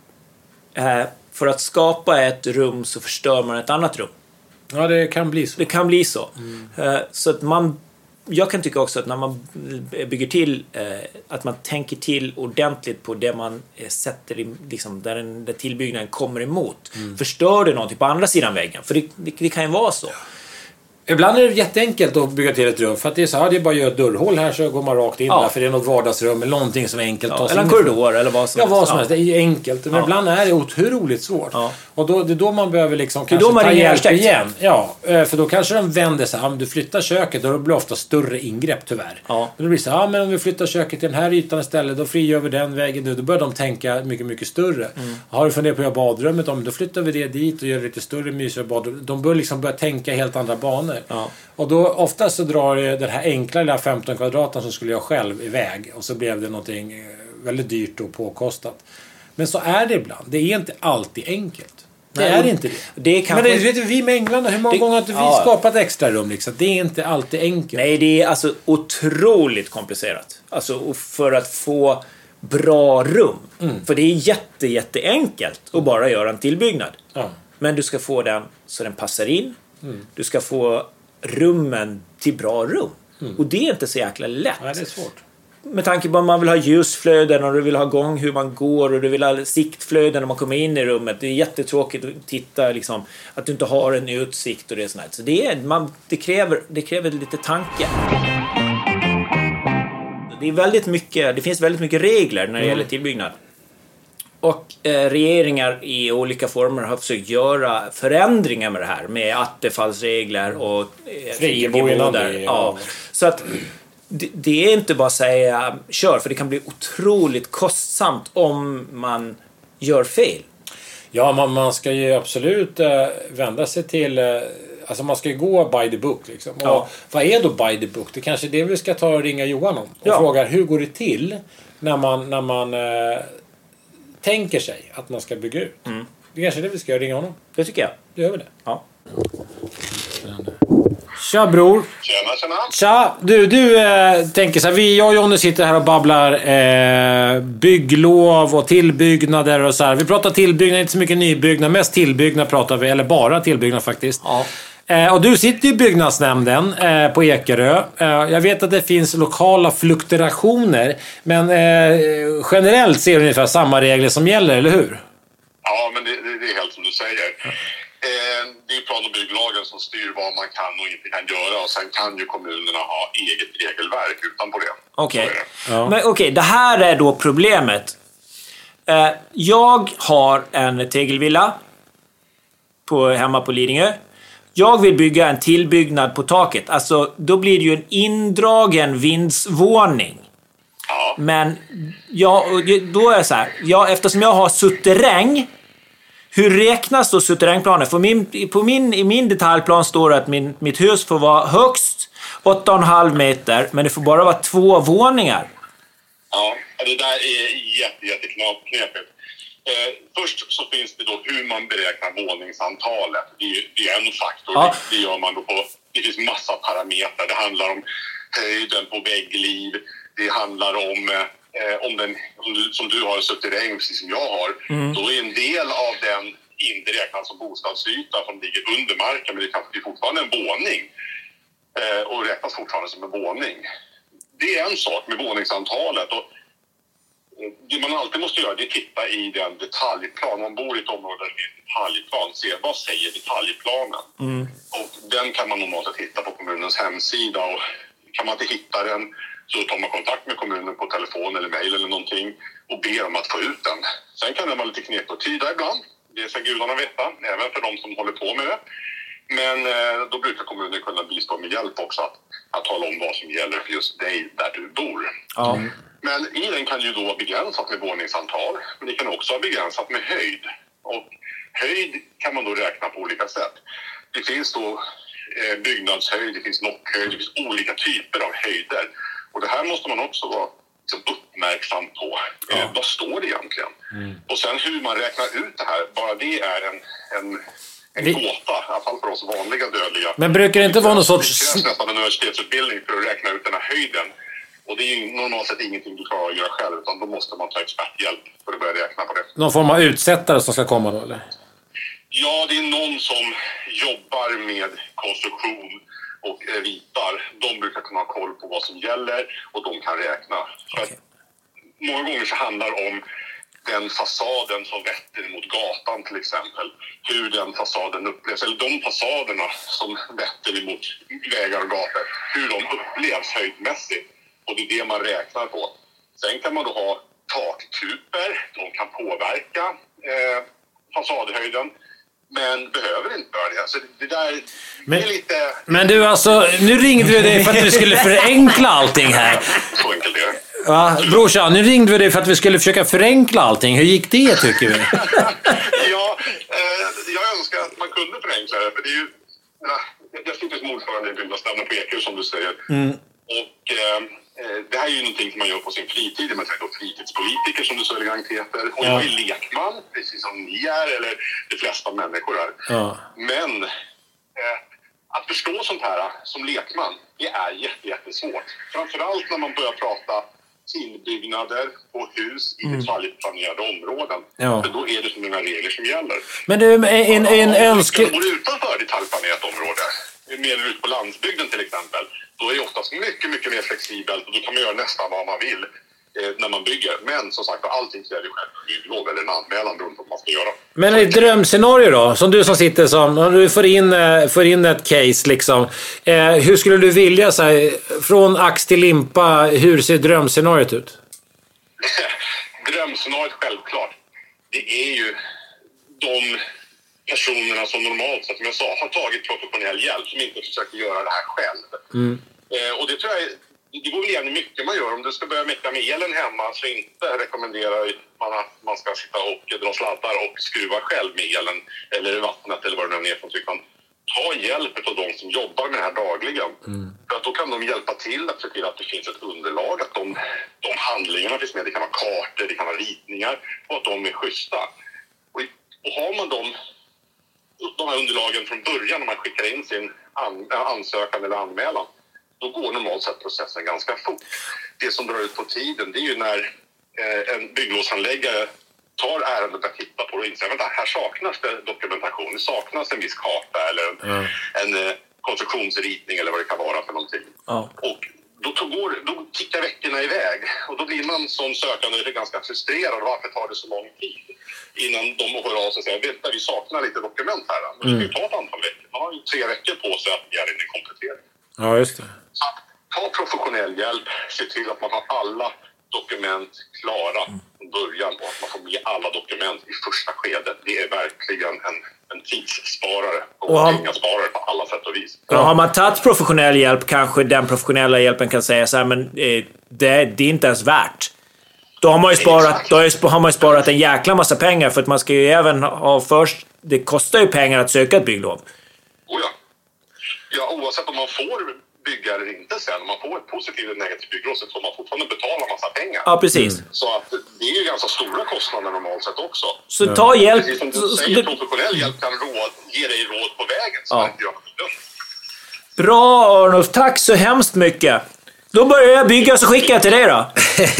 mm. eh, för att skapa ett rum så förstör man ett annat rum. Ja, det kan bli så. Det kan bli så. Mm. Så att man, jag kan tycka också att när man bygger till, att man tänker till ordentligt på det man sätter i, liksom, där, den, där tillbyggnaden kommer emot. Mm. Förstör det någonting på andra sidan väggen? För det, det, det kan ju vara så. Ibland är det jätteenkelt att bygga till ett rum. För att det är så här, det är bara att göra ett dörrhål här så går man rakt in ja. där. För det är något vardagsrum eller någonting som är enkelt. Ja, eller en korridor eller vad som helst. Ja, vad som helst. Det är enkelt. Men ja. ibland är det otroligt svårt. Ja. Och då, det är då man behöver liksom det kanske ta hjälp igen. Ja, för då kanske de vänder sig. Om du flyttar köket, då blir det ofta större ingrepp tyvärr. Ja. Men då blir det så här, ja, men om vi flyttar köket till den här ytan istället, då frigör vi den vägen nu. Då börjar de tänka mycket, mycket större. Mm. Har du funderat på att göra badrummet? Om då flyttar vi det dit och gör det lite större, mysigare badrum. De bör liksom börja tänka helt andra banor. känner. Ja. Och då ofta så drar den här enkla lilla femton kvadraten som skulle jag själv iväg. Och så blev det någonting väldigt dyrt och påkostat. Men så är det ibland. Det är inte alltid enkelt. Det Nej, är inte det. det kanske... Men det, vet du, vi med England, hur många det... gånger har vi ja. skapat extra rum? Liksom? Det är inte alltid enkelt. Nej, det är alltså otroligt komplicerat. Alltså för att få bra rum. Mm. För det är jätte, jätteenkelt att bara göra en tillbyggnad. Ja. Men du ska få den så den passar in. Mm. Du ska få rummen till bra rum. Mm. Och det är inte så jäkla lätt. Nej, det är svårt. Med tanke på att man vill ha ljusflöden och du vill ha gång hur man går och du vill ha siktflöden när man kommer in i rummet. Det är jättetråkigt att titta liksom, att du inte har en utsikt och det är sånt här. Så det, är, man, det, kräver, det kräver lite tanke. Det är väldigt mycket, det finns väldigt mycket regler när det mm. gäller tillbyggnad. Och eh, regeringar i olika former har försökt göra förändringar med det här. Med attefallsregler och eh, friggebodar. Ja. Så att det, det är inte bara att säga kör, för det kan bli otroligt kostsamt om man gör fel. Ja, man, man ska ju absolut eh, vända sig till... Eh, alltså man ska ju gå by the book liksom. Och ja. Vad är då by the book? Det kanske är det vi ska ta och ringa Johan om. Och ja. fråga hur går det till när man, när man eh, tänker sig att man ska bygga ut. Mm. Det är kanske det vi ska ringa honom. Det tycker jag. Det gör vi det. Ja. Tja bror. Tjena, tjena. Tja, du, du äh, tänker så här, vi, jag och Jonny sitter här och babblar äh, bygglov och tillbyggnader och så här. Vi pratar tillbyggnad, inte så mycket nybyggnad, mest tillbyggnad pratar vi, eller bara tillbyggnad faktiskt. Ja. Äh, och du sitter i byggnadsnämnden äh, på Ekerö. Äh, jag vet att det finns lokala fluktuationer, men äh, generellt ser det ungefär samma regler som gäller, eller hur? Ja, men det, det, det är helt som du säger. Det är plan- och bygglagen som styr vad man kan och inte kan göra, och sen kan ju kommunerna ha eget regelverk utanpå det. Okej, okay. ja. Men okej, okay, det här är då problemet. Jag har en tegelvilla på, hemma på Lidingö. Jag vill bygga en tillbyggnad på taket. Alltså, då blir det ju en indragen vindsvåning. Ja. Men ja, då är det så här. Ja, eftersom jag har suterräng. Hur räknas då suterrängplanen? För min, på min, i min detaljplan står det att min, mitt hus får vara högst åtta komma fem meter, men det får bara vara två våningar. Ja, det där är jätte, jätteknepigt. Eh, först så finns det då hur man beräknar våningsantalet. Det är, det är en faktor. Ja. Det, det gör man då på... Det finns massa parametrar. Det handlar om höjden på väggliv. Det handlar om... Eh, om den, om du, som du har suterräng, precis som jag har, mm. då är en del av den inräknad som bostadsyta som ligger under marken, men det kan bli fortfarande en våning eh, och räknas fortfarande som en våning. Det är en sak med våningsantalet, och eh, det man alltid måste göra, det är att titta i den detaljplan. Om man bor i ett område där det är detaljplan, se vad säger detaljplanen. Mm. Och den kan man normalt hitta på kommunens hemsida, och kan man inte hitta den, så tar man kontakt med kommunen på telefon eller mejl eller någonting och ber om att få ut den. Sen kan det vara lite knep och tyda ibland. Det ska gudarna veta, även för de som håller på med det. Men eh, då brukar kommunen kunna bistå med hjälp också att, att tala om vad som gäller för just dig där du bor. Mm. Men i den kan ju då vara begränsat med våningsantal, men det kan också vara begränsat med höjd. Och höjd kan man då räkna på olika sätt. Det finns då eh, byggnadshöjd, det finns nockhöjd, det finns olika typer av höjder. Och det här måste man också vara liksom uppmärksam på. Ja. Eh, vad står det egentligen? Mm. Och sen hur man räknar ut det här, bara det är en, en, en det... gåta. I alla fall för oss vanliga dödliga. Men brukar det inte vara någon sorts... Det krävs nästan en universitetsutbildning för att räkna ut den här höjden. Och det är ju normalt sett ingenting du klarar att göra själv, utan då måste man ta experthjälp för att börja räkna på det. Någon form av utsättare som ska komma då, eller? Ja, det är någon som jobbar med konstruktion och ritar. De brukar kunna ha koll på vad som gäller, och de kan räkna. Okay. För många gånger så handlar det om den fasaden som vetter mot gatan till exempel. Hur den fasaden upplevs, eller de fasaderna som vetter mot vägar och gator. Hur de upplevs höjdmässigt. Och det är det man räknar på. Sen kan man då ha takkuper. De kan påverka eh, fasadhöjden. Men behöver inte göra det. Alltså det där men, är lite... Men du, alltså, nu ringde vi dig för att du skulle förenkla allting här. Så enkelt är det. Ja, brorsan, nu ringde vi dig för att vi skulle försöka förenkla allting. Hur gick det, tycker vi? Ja, eh, jag önskar att man kunde förenkla det. För det är ju... Ja, det finns som ordförande i byggnadsnämnden på Ekerö som du säger. Mm. Och eh, det här är ju någonting som man gör på sin fritid. Man säger då fritidspolitiker som du så elegant heter. Och jag är lekman, precis som ni är, eller de flesta människor är. Ja. Men eh, att förstå sånt här som lekman, det är jätte, jättesvårt. Framförallt när man börjar prata tillbyggnader på hus i detaljplanerade områden. Ja. För då är det så många regler som gäller. Men du, en, en önske... Om man bor utanför detaljplanerat område, mer ut på landsbygden till exempel, då är det oftast mycket, mycket mer flexibelt och då kan man göra nästan vad man vill eh, när man bygger. Men som sagt, allting kräver ju själv bygglov eller en anmälan beroende på vad man ska göra. Men ett drömscenario då, som du som sitter som, om du får in, får in ett case liksom, eh, hur skulle du vilja, så här, från ax till limpa, hur ser drömscenariot ut? Drömscenariot självklart, det är ju de personerna som normalt sett, som jag sa, har tagit professionell hjälp, som inte försöker göra det här själv. Mm. Eh, och det tror jag, det går väl igen i mycket man gör. Om du ska börja mecka med elen hemma så inte rekommenderar man att man ska sitta och dra sladdar och skruva själv med elen eller i vattnet eller vad det nu är för typ. Ta hjälp av de som jobbar med det här dagligen. Mm. För att då kan de hjälpa till att se till att det finns ett underlag, att de, de handlingarna finns med. Det kan vara kartor, det kan vara ritningar och att de är schyssta. Och, och har man dem de här underlagen från början när man skickar in sin an- ansökan eller anmälan, då går normalt sett processen ganska fort. Det som drar ut på tiden, det är ju när eh, en bygglovshandläggare tar ärendet att titta på och inser att här saknas det dokumentation, det saknas en viss karta eller en, mm. en eh, konstruktionsritning eller vad det kan vara för någonting. Mm. Och då, tog, då tickar veckorna iväg och då blir man som sökande ganska frustrerad. Varför tar det så lång tid innan de hör av sig och säger att vi saknar lite dokument här. Men det ska ju ta ett antal veckor. Man har ju tre veckor på sig att begära in en komplettering. Ja, just det. Så ta professionell hjälp, se till att man har alla dokument klara från början och att man får med alla dokument i första skedet. Det är verkligen en, en tidssparare och, och pengasparare på alla sätt och vis. Och har man tagit professionell hjälp, kanske den professionella hjälpen kan säga så här, men eh, det, det är inte ens värt. Då har man ju sparat, då har man ju sparat en jäkla massa pengar, för att man ska ju även ha först, det kostar ju pengar att söka ett bygglov. Oh ja. Ja, oavsett om man får bygga eller inte sen, om man får ett positivt eller negativt bygglov så får man fortfarande betala en massa pengar. Ja, precis. Mm. Så att det är ju ganska stora kostnader normalt sett också. Så ja. ta hjälp. Precis som du säger, professionell hjälp kan råd, ge dig råd på vägen. Så ja. det Bra, Arnulf. Tack så hemskt mycket. Då börjar jag bygga, så skickar jag till dig då.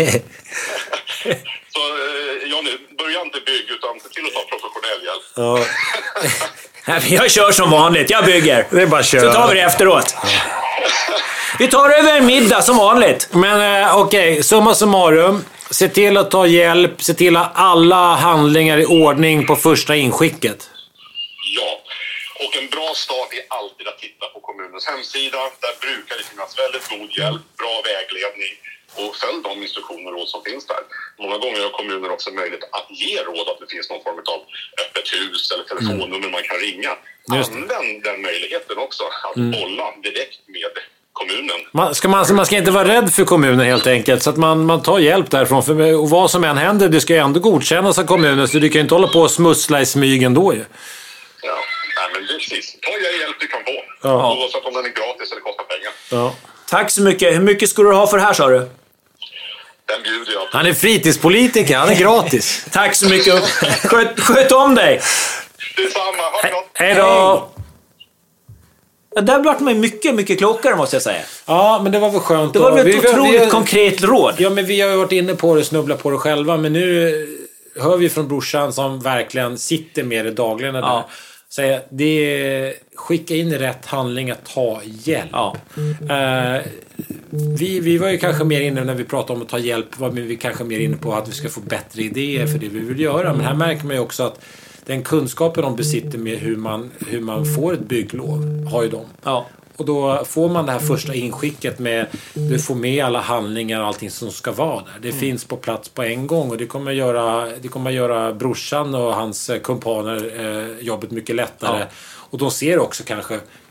Så ja, nu börja inte bygga utan se till att ta professionell hjälp. Ja. Jag kör som vanligt, jag bygger. Det är bara kör. Så tar vi det efteråt. Vi tar över en middag som vanligt. Men eh, okej, okay. Summa summarum. Se till att ta hjälp. Se till att alla handlingar i ordning på första inskicket. Ja, och en bra start är alltid att titta på kommunens hemsida. Där brukar det finnas väldigt god hjälp, bra vägledning. Och följ de instruktioner och råd som finns där. Många gånger har kommuner också möjlighet att ge råd att det finns någon form av öppet hus eller telefonnummer man kan ringa. Använd den möjligheten också. Att mm. bolla direkt med kommunen. Man ska, man, man ska inte vara rädd för kommunen helt enkelt. Så att man, man tar hjälp därifrån. För, och vad som än händer, det ska ju ändå godkännas av kommunen. Så du kan ju inte hålla på och smussla i smygen då ju. Ja, nej, men precis. Ta hjälp du kan få. Ja. Oavsett om den är gratis eller kostar pengar. Ja. Tack så mycket. Hur mycket skulle du ha för det här, sa du? Den bjuder jag. Han är fritidspolitiker, han är gratis. Tack så mycket. Sköt, sköt om dig. Detsamma, ha det gott. Hej då. Ja, där blev man mycket, mycket klokare måste jag säga. Ja, men det var väl skönt. Det var väl ett vi, otroligt vi, vi, konkret råd. Ja, men vi har ju varit inne på det, snubblat på det själva. Men nu hör vi från brorsan som verkligen sitter med det dagligen där. Ja. Säga, det är, skicka in rätt handling att ta hjälp. Ja. Uh, vi, vi var ju kanske mer inne när vi pratade om att ta hjälp, var vi kanske mer inne på att vi ska få bättre idéer för det vi vill göra. Men här märker man ju också att den kunskapen de besitter med hur man, hur man får ett bygglov har ju de. Ja. Och då får man det här första inskicket med, du får med alla handlingar och allting som ska vara där. Det mm. finns på plats på en gång och det kommer göra, det kommer göra brorsan och hans kumpaner eh, jobbet mycket lättare. Ja. Och de ser också kanske,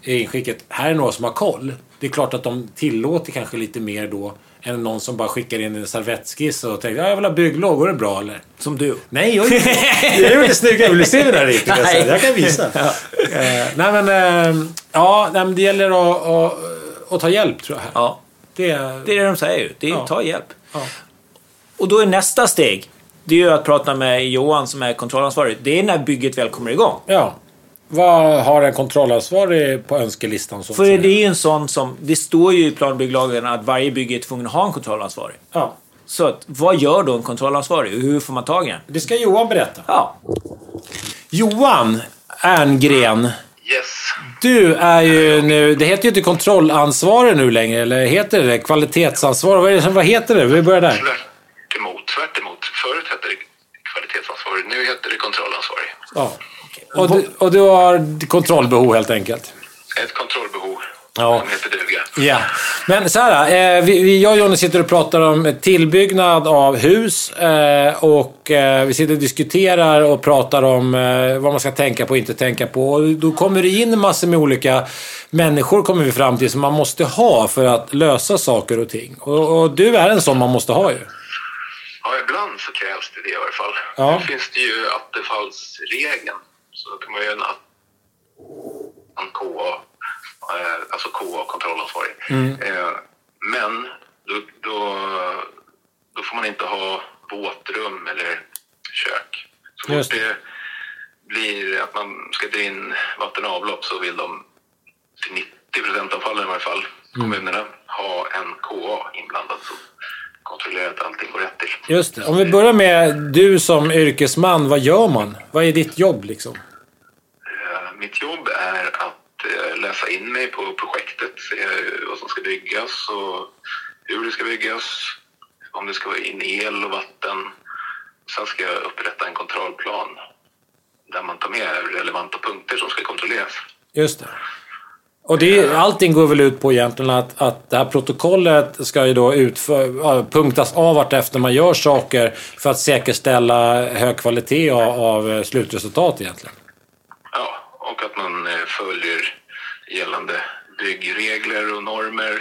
i inskicket, här är några som har koll. Det är klart att de tillåter kanske lite mer då än någon som bara skickar in en servettskiss och tänker, ja, jag vill ha bygglov, går det bra eller? Som du. Nej, jag är ju lite snygg. Jag vill se det där riktigt. Jag, jag kan visa. Ja. Eh, nej, men, eh, ja, nej, men det gäller att, att, att ta hjälp, tror jag. Här. Ja. Det, det är det de säger. Det är ja. ta hjälp. Ja. Och då är nästa steg, det är ju att prata med Johan som är kontrollansvarig. Det är när bygget väl kommer igång. Ja. Vad har en kontrollansvarig på önskelistan? Så För det är ju en sån som, det står ju i planbygglagen att varje bygge är tvungen att ha en kontrollansvarig. Ja. Så att, vad gör då en kontrollansvarig? Hur får man tag i den? Det ska Johan berätta. Ja. Johan Erngren. Yes. Du är ju nu, det heter ju inte kontrollansvarig nu längre, eller heter det kvalitetsansvarig? Vad, är det, vad heter det? Vi börjar där. Tvärt emot, tvärt emot. Förut hette det kvalitetsansvarig, nu heter det kontrollansvarig. Ja. Och du, och du har kontrollbehov helt enkelt? Ett kontrollbehov. Ja. Som heter duga. Ja. Men så här, eh, vi, vi, jag och Johnny sitter och pratar om tillbyggnad av hus eh, och eh, vi sitter och diskuterar och pratar om eh, vad man ska tänka på och inte tänka på. Och då kommer det in massor med olika människor kommer vi fram till som man måste ha för att lösa saker och ting. Och, och du är en sån man måste ha ju. Ja, ibland så krävs det det i alla fall. Ja. Nu finns det ju attefallsregeln. Så då kan man ju en, en K A, alltså K A, kontrollansvarig. Mm. Eh, men då, då, då får man inte ha våtrum eller kök. Så fort det blir att man ska dra in vatten och avlopp så vill de till nittio procent av fallen i varje fall, mm. kommunerna, ha en K A inblandad så kontrollera att allting går rätt till. Just det. Om vi börjar med du som yrkesman, vad gör man? Vad är ditt jobb liksom? Uh, mitt jobb är att uh, läsa in mig på projektet, se vad som ska byggas och hur det ska byggas, om det ska vara in el och vatten. Sen ska jag upprätta en kontrollplan där man tar med relevanta punkter som ska kontrolleras. Just det. Och det, allting går väl ut på egentligen att, att det här protokollet ska ju då utför, punktas av vart efter man gör saker för att säkerställa hög kvalitet av, av slutresultat egentligen. Ja, och att man följer gällande byggregler och normer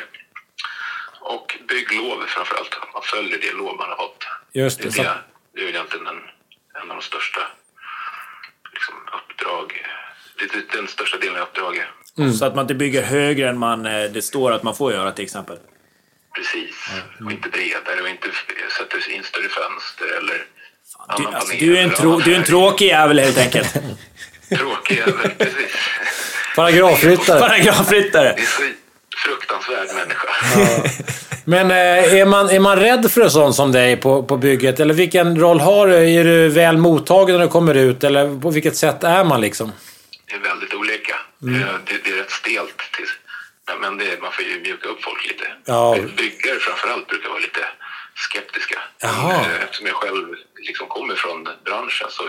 och bygglov framförallt. Att man följer det lov man har fått. Just det. Det är, det är egentligen en, en av de största liksom, uppdrag. Det är den största delen av uppdraget. Mm. Så att man inte bygger högre än man, det står att man får göra till exempel. Precis. Mm. Och inte bredare och inte sätter in större fönster eller du, alltså, du, är en tro, du är en tråkig jävel helt enkelt. Tråkig jävel, precis. Paragrafryttare. Paragrafryttare. Det är så fruktansvärd människa. Ja. Men är man, är man rädd för en sån som dig på, på bygget? Eller vilken roll har du? Är du väl mottagen när du kommer ut? Eller på vilket sätt är man liksom? Det är väldigt olika. Mm. Det, det är rätt stelt. Till, men det, man får ju mjuka upp folk lite. Ja. Byggare framförallt brukar vara lite skeptiska. Jaha. Eftersom jag själv liksom kommer från branschen så,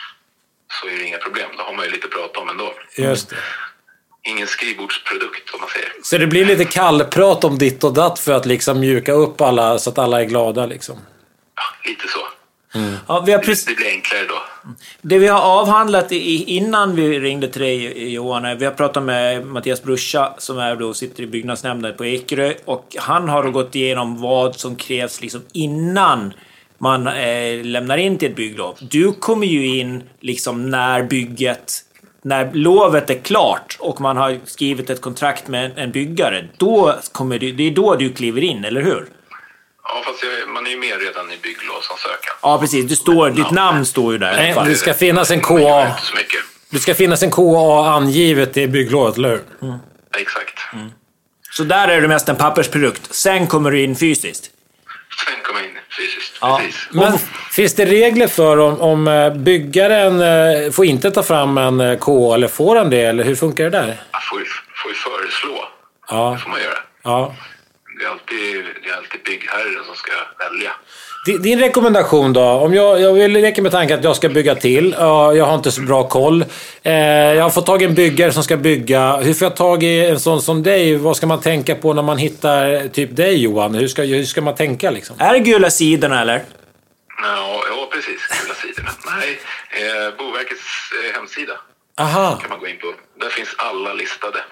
så är det inga problem. Då har man ju lite att prata om ändå. Just det. Ingen skrivbordsprodukt som man säger. Så det blir lite kallprat om ditt och datt för att liksom mjuka upp alla så att alla är glada liksom? Ja, lite så. Mm. Ja, vi har precis... Det blir enklare då. Det vi har avhandlat i, innan vi ringde till dig, Johan, vi har pratat med Mattias Bruscha som är då, sitter i byggnadsnämnden på Ekerö, och han har då gått igenom vad som krävs liksom innan man eh, lämnar in till ett bygglov. Du kommer ju in liksom när bygget, när lovet är klart och man har skrivit ett kontrakt med en byggare. Då kommer du, det är då du kliver in, eller hur? Ja, fast jag, man är ju med redan i bygglovsansökan. Ja, precis. Du står, ditt namn står ju där. Nej, det ska finnas en K A. Det ska finnas en K A angivet i bygglovet, eller hur? Mm. Exakt. Mm. Så där är det mest en pappersprodukt. Sen kommer du in fysiskt. Sen kommer jag in fysiskt, ja. Precis. Men finns det regler för om, om byggaren får inte ta fram en K A, eller får han det? Eller hur funkar det där? Jag får ju, får ju föreslå. Ja. Det får man göra. Ja. Det är alltid, det är alltid byggherren som ska välja. Din rekommendation då? Om jag, jag vill leka med tanken att jag ska bygga till. Jag har inte så bra koll. Jag har fått tag i en byggare som ska bygga. Hur får jag tag i en sån som dig? Vad ska man tänka på när man hittar typ dig, Johan? Hur ska, hur ska man tänka liksom? Är det gula sidorna eller? Ja, ja precis. Gula sidorna. Nej, eh, Boverkets eh, hemsida. Aha. Kan man gå in på. Där finns alla listade.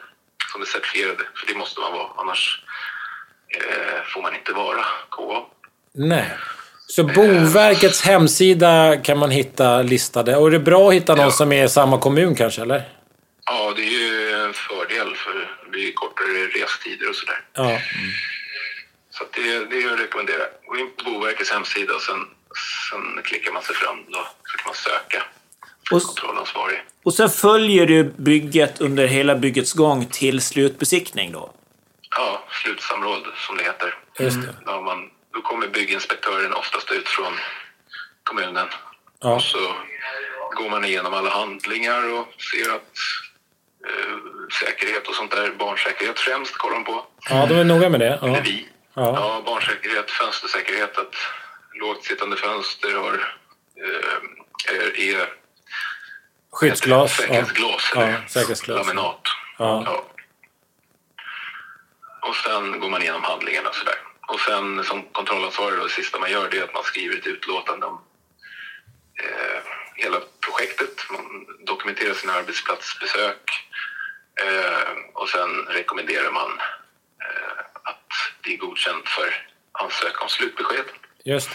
som är certifierade. För det måste man vara, annars eh, får man inte vara K A. Nej. Så Boverkets eh, hemsida kan man hitta listade. Och är det bra att hitta någon ja. som är i samma kommun kanske, eller? Ja, det är ju en fördel för det blir kortare restider och sådär. Ja. Mm. Så att det, det jag rekommenderar. Gå in på Boverkets hemsida och sen, sen klickar man sig fram då. Så kan man söka och, kontrollansvarig. Och sen följer du bygget under hela byggets gång till slutbesiktning då? Ja, slutsamråd som det heter. Just det. Då, man, då kommer bygginspektören oftast ut från kommunen. Ja. Och så går man igenom alla handlingar och ser att eh, säkerhet och sånt där, barnsäkerhet främst kollar de på. Ja, de är noga med det. Ja. Eller vi. Ja. Ja, barnsäkerhet, fönstersäkerhet, att lågt sittande fönster har eh, är, är skyddsglas. Säkerhetsglas. Ja. Eller Ja, säkerhetsglas. Laminat. Ja. Ja. Och sen går man igenom handlingarna och sådär. Och sen som kontrollansvarig då, det sista man gör det är att man skriver ett utlåtande om eh, hela projektet. Man dokumenterar sina arbetsplatsbesök eh, och sen rekommenderar man eh, att det är godkänt för ansökan om slutbesked. Just det.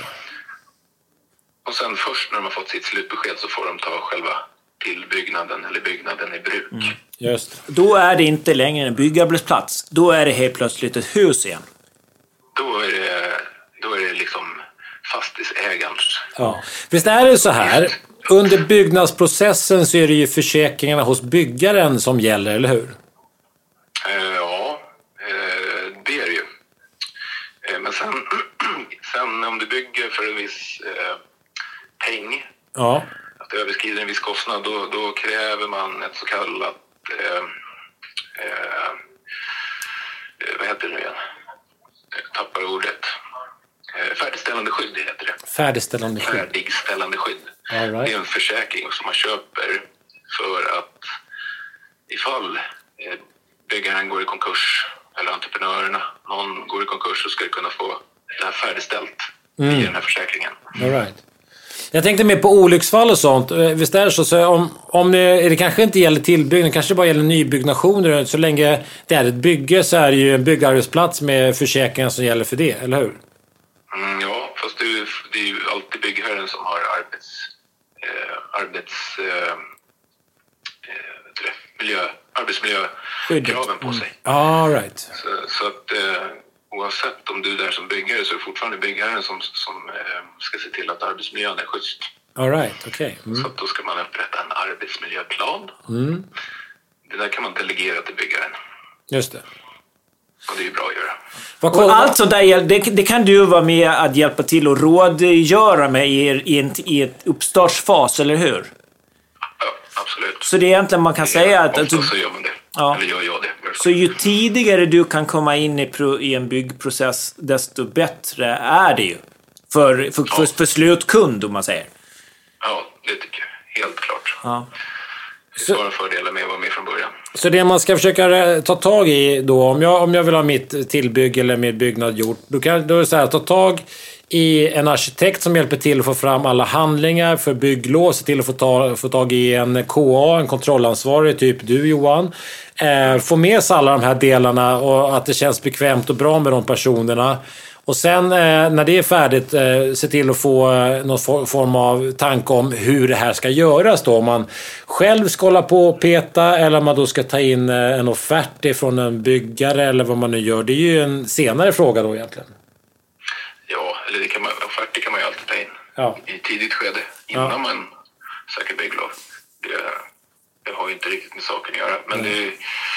Och sen först när de har fått sitt slutbesked så får de ta själva tillbyggnaden eller byggnaden i bruk. Mm. Just det. Då är det inte längre en byggarbetsplats. Då är det helt plötsligt ett hus igen. Då är det, då är det liksom fastighetsägarens. Ja. Visst är det så här, under byggnadsprocessen så är det ju försäkringarna hos byggaren som gäller, eller hur? Eh, ja, eh, det är det ju. Eh, men sen, sen om du bygger för en viss eh, peng, ja. att det överskrider en viss kostnad, då, då kräver man ett så kallat eh, eh, vad heter det nu igen? Jag tappar ordet. Färdigställande skydd heter det. Färdigställande skydd. Färdigställande skydd. All right. Det är en försäkring som man köper för att ifall byggaren går i konkurs eller entreprenörerna, någon går i konkurs, så ska det kunna få det här färdigställt mm. i den här försäkringen. All right. Jag tänkte mer på olycksfall och sånt. Visst är det så, så om, om det, det kanske inte gäller tillbyggnad, kanske bara gäller nybyggnationer. Så länge det är ett bygge så är det ju en byggarbetsplats med försäkringar som gäller för det, eller hur? Mm, ja, fast det är, ju, det är ju alltid byggherren som har arbets, eh, arbets, eh, eh, miljö, arbetsmiljökraven på sig. Mm. All right. Så, så att eh, oavsett om du är där som byggare så är det fortfarande byggherren som, som eh, ska se till att arbetsmiljön är schysst. All right, okej. Okay. Mm. Så att då ska man upprätta en arbetsmiljöplan. Mm. Det där kan man delegera till byggaren. Just det. Och det är ju bra att göra. Och allt sånt där, det, det kan du vara med att hjälpa till och rådgöra med i, i, en, i ett uppstartsfas, eller hur? Ja, absolut. Så det är egentligen man kan det säga att... Ofta så gör man det. Ja. Eller gör jag det. Så ju tidigare du kan komma in i, pro, i en byggprocess, desto bättre är det ju. För, för, ja. för, för slutkund, om man säger. Ja, det tycker jag. Helt klart. Ja. Det är bara fördelar med att vara med från början. Så det man ska försöka ta tag i då, om jag, om jag vill ha mitt tillbygg eller min byggnad gjort, då, kan, då är det så här, ta tag i en arkitekt som hjälper till att få fram alla handlingar för bygglov, se till att få, ta, få tag i en K A, en kontrollansvarig, typ du Johan. Eh, få med sig alla de här delarna och att det känns bekvämt och bra med de personerna. Och sen eh, när det är färdigt, eh, se till att få eh, någon for, form av tanke om hur det här ska göras då. Om man själv ska hålla på och peta eller om man då ska ta in eh, en offert ifrån en byggare eller vad man nu gör. Det är ju en senare fråga då egentligen. Ja, eller det kan man, offerter kan man ju alltid ta in ja. i tidigt skede innan ja. man söker bygglov. Det, det har ju inte riktigt med saken att göra. Men mm. det,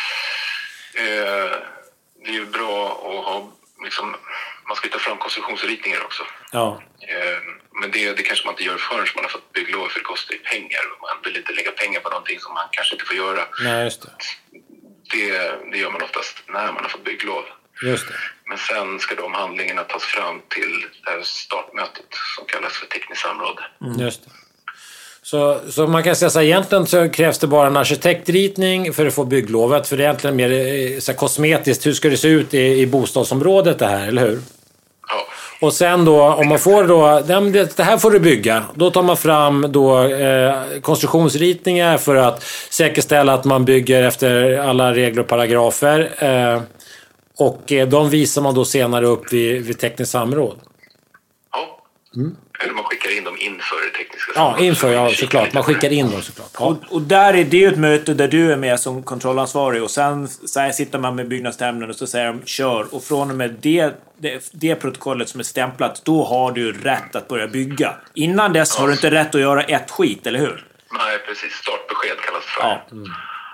eh, det är ju bra att ha liksom, man ska ta fram konstruktionsritningar också. Ja. Eh, men det, det kanske man inte gör förrän man har fått bygglov, för det kostar ju pengar. Man vill inte lägga pengar på någonting som man kanske inte får göra. Nej, just det. Det, det gör man oftast när man har fått bygglov. Just det. Men sen ska de handlingarna tas fram till det här startmötet som kallas för tekniskt samråd. Mm. Just det. Så, så man kan säga så här, egentligen så krävs det bara en arkitektritning för att få bygglovet. För det är egentligen mer så här, kosmetiskt. Hur ska det se ut i, i bostadsområdet det här, eller hur? Ja, Och sen då, om man får då, det här får du bygga. Då tar man fram då eh, konstruktionsritningar för att säkerställa att man bygger efter alla regler och paragrafer. Eh, och eh, de visar man då senare upp vid, vid tekniskt samråd. Ja. Mm. Eller man skickar in dem inför tekniska samråd. Ja, inför, ja, såklart. Man skickar in dem såklart. Ja. Och, och där är det ju ett möte där du är med som kontrollansvarig och sen så här sitter man med byggnadsnämnden och så säger de kör och från och med det, det, det protokollet som är stämplat, då har du rätt att börja bygga. Innan dess ja. har du inte rätt att göra ett skit, eller hur? Nej, precis. Startbesked kallas för. Ja. Mm.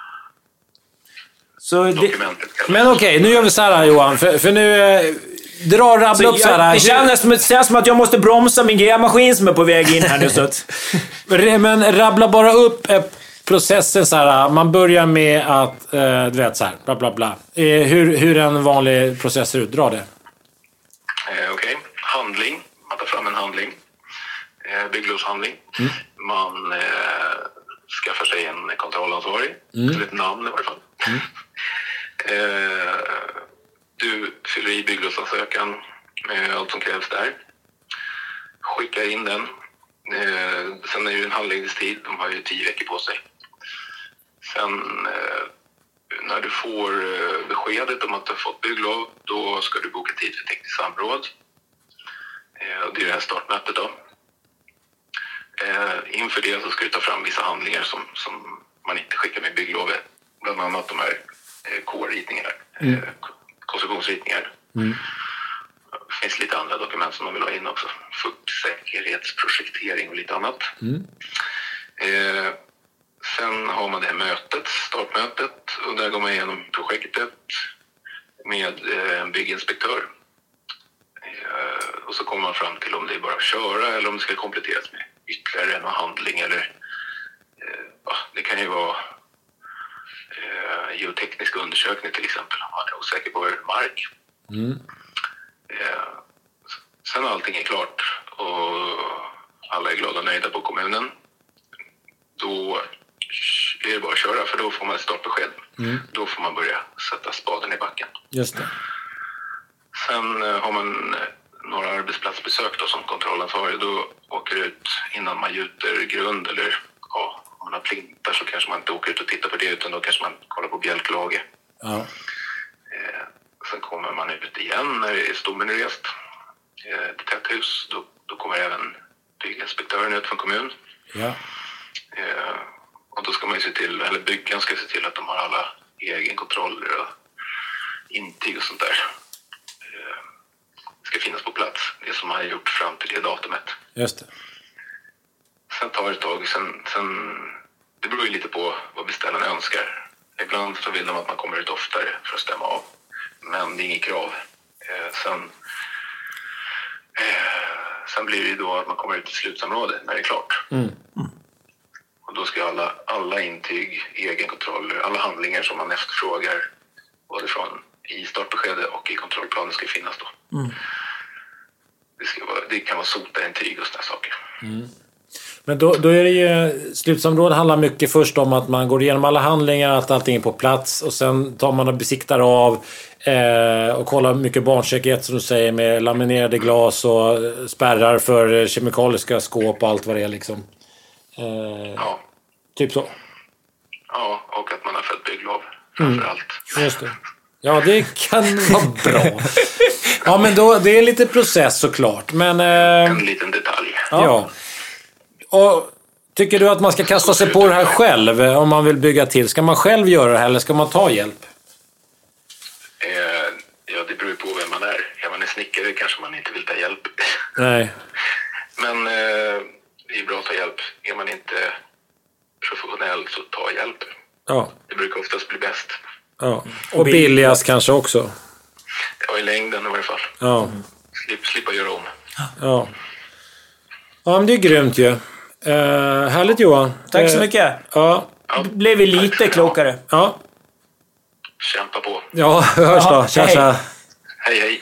Så det... Men okej, nu gör vi så här Johan, för, för nu... Eh... Dra rabbla upp så här. Det känns som, det känns som att jag måste bromsa min grävmaskin som är på väg in här nu. Så att... Men rabbla bara upp processen så här. Man börjar med att, eh, du vet så här, bla bla bla. Eh, hur, hur en vanlig process ser ut, dra det. Eh, Okej, okay. Handling. Man tar fram en handling. Eh, bygglovshandling. Mm. Man eh, skaffar sig en kontrollansvarig. Mm. Eller ett namn i varje fall. Mm. eh, Du fyller i bygglovsansökan med allt som krävs där. Skickar in den. Eh, sen är det ju en handläggningstid. De har ju tio veckor på sig. Sen eh, när du får eh, beskedet om att du har fått bygglov, då ska du boka tid för tekniskt samråd. Eh, och det är det här startmötet då. Eh, inför det så ska du ta fram vissa handlingar som, som man inte skickar med bygglovet. Bland annat de här eh, K-ritningarna. Mm. Eh, konstruktionsritningar. Mm. Det finns lite andra dokument som man vill ha in också. Fuktsäkerhetsprojektering och lite annat. Mm. Eh, sen har man det här mötet, startmötet. Och där går man igenom projektet med eh, en bygginspektör. Eh, och så kommer man fram till om det är bara att köra eller om det ska kompletteras med ytterligare en handling. Eller, eh, ja, det kan ju vara geoteknisk undersökning till exempel om man är osäker på mark. Mm. Eh, sen allting är klart och alla är glada och nöjda på kommunen, då är det bara att köra, för då får man ett startbesked. Mm. Då får man börja sätta spaden i backen. Just det. Sen eh, har man några arbetsplatsbesök då, som kontrollansvarig. Då åker ut innan man gjuter grund eller ja, om man har plintar så kanske man inte åker ut och tittar på det, utan då kanske man kollar på bjälklage. Ja. Eh, sen kommer man ut igen när stommen är rest. Eh, ett tätt hus, då, då kommer även bygginspektören ut från kommun. Ja. Eh, och då ska man ju se till, eller byggaren ska se till att de har alla egenkontroller och intyg och sånt där. Eh, ska finnas på plats, det som man har gjort fram till det datumet. Just det. Sen tar det ett tag, sen, sen, det beror ju lite på vad beställaren önskar. Ibland så vill de att man kommer ut oftare för att stämma av. Men det är inget krav. Eh, sen, eh, sen blir det ju då att man kommer ut i slutsamrådet när det är klart. Mm. Mm. Och då ska alla, alla intyg, egenkontroller, alla handlingar som man efterfrågar både från i startbeskedet och i kontrollplanen ska finnas då. Mm. Det, ska vara, det kan vara sotaintyg och sådana saker. Mm. Men då, då är det ju, slutsamråd handlar mycket först om att man går igenom alla handlingar, att allting är på plats, och sen tar man och besiktar av eh, och kollar mycket barnsäkerhet som du säger, med laminerade glas och spärrar för kemikaliska skåp och allt vad det är liksom. Eh, ja. Typ så. Ja, och att man har fått bygglov framförallt. Mm. Just det. Ja, det kan vara bra. Ja, men då, det är lite process såklart. Men, eh, en liten detalj. Ja. ja. Och tycker du att man ska kasta sig på det här själv om man vill bygga till? Ska man själv göra det här eller ska man ta hjälp? Eh, ja, det beror på vem man är. Är man en snickare kanske man inte vill ta hjälp. Nej. Men eh, det är bra att ta hjälp. Är man inte professionell så ta hjälp. Ja. Det brukar oftast bli bäst. Ja. Och billigast kanske också. Ja, i längden i varje fall. Ja. Slip, slippa göra om. Ja. Ja, men det är grymt ju. Uh, härligt Johan. Tack så mycket. Uh, ja. Blev vi lite klokare. Ja. Kämpa på. Ja, vi hörs då. Tja, tja. Hej, hej.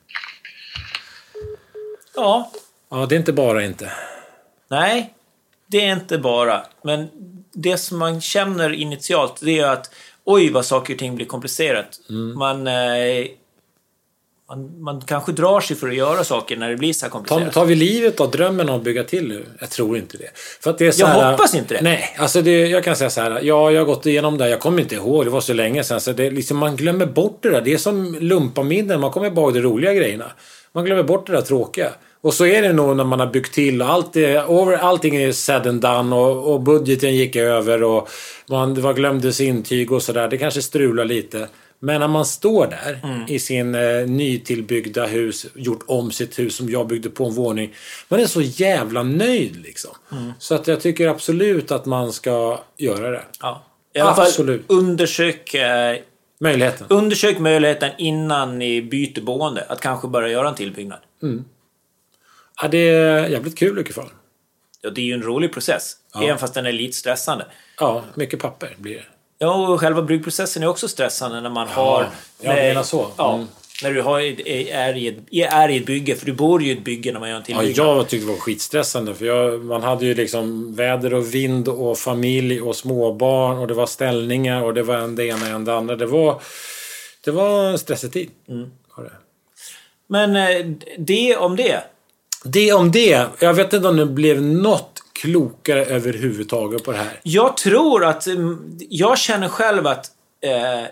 Ja. Ja, det är inte bara inte. Nej, det är inte bara. Men det som man känner initialt, det är att oj vad saker och ting blir komplicerat. Mm. Man, eh, Man, man kanske drar sig för att göra saker när det blir så här komplicerat. Tar, tar vi livet av drömmen om att bygga till nu? Jag tror inte det. För att det är så jag här, hoppas inte det. Nej, alltså det, jag kan säga så här. Ja, jag har gått igenom det. Jag kommer inte ihåg. Det var så länge sedan. Så det, liksom, man glömmer bort det där. Det är som lumpamidden. Man kommer bara ihåg de roliga grejerna. Man glömmer bort det där tråkiga. Och så är det nog när man har byggt till. Och allt är, over, allting är said and done. Och, och budgeten gick över. Och man, det var glömdes intyg och sådär. Det kanske strular lite. Men när man står där mm. i sin eh, nytillbyggda hus, gjort om sitt hus som jag byggde på en våning, man är så jävla nöjd liksom. Mm. Så att jag tycker absolut att man ska göra det. Ja. I alla absolut. fall undersök eh, möjligheten. Undersök möjligheten innan ni byter boende. Att kanske börja göra en tillbyggnad. Mm. Ja, det är jävligt kul i alla fall. Ja, det är ju en rolig process. Ja. Även fast den är lite stressande. Ja, mycket papper blir det. Ja, och själva byggprocessen är också stressande när man ja, har... Jag menar så. Mm. Ja, när du har, är, i ett, är i ett bygge, för du bor ju i ett bygge när man gör en tillbyggnad. Ja, jag tyckte det var skitstressande, för jag, man hade ju liksom väder och vind och familj och småbarn och det var ställningar och det var en det ena och det andra. Det var, det var en stressig tid. Mm. Var det. Men det om det. Det om det. Jag vet inte om det blev något klokare överhuvudtaget på det här. Jag tror att jag känner själv att eh,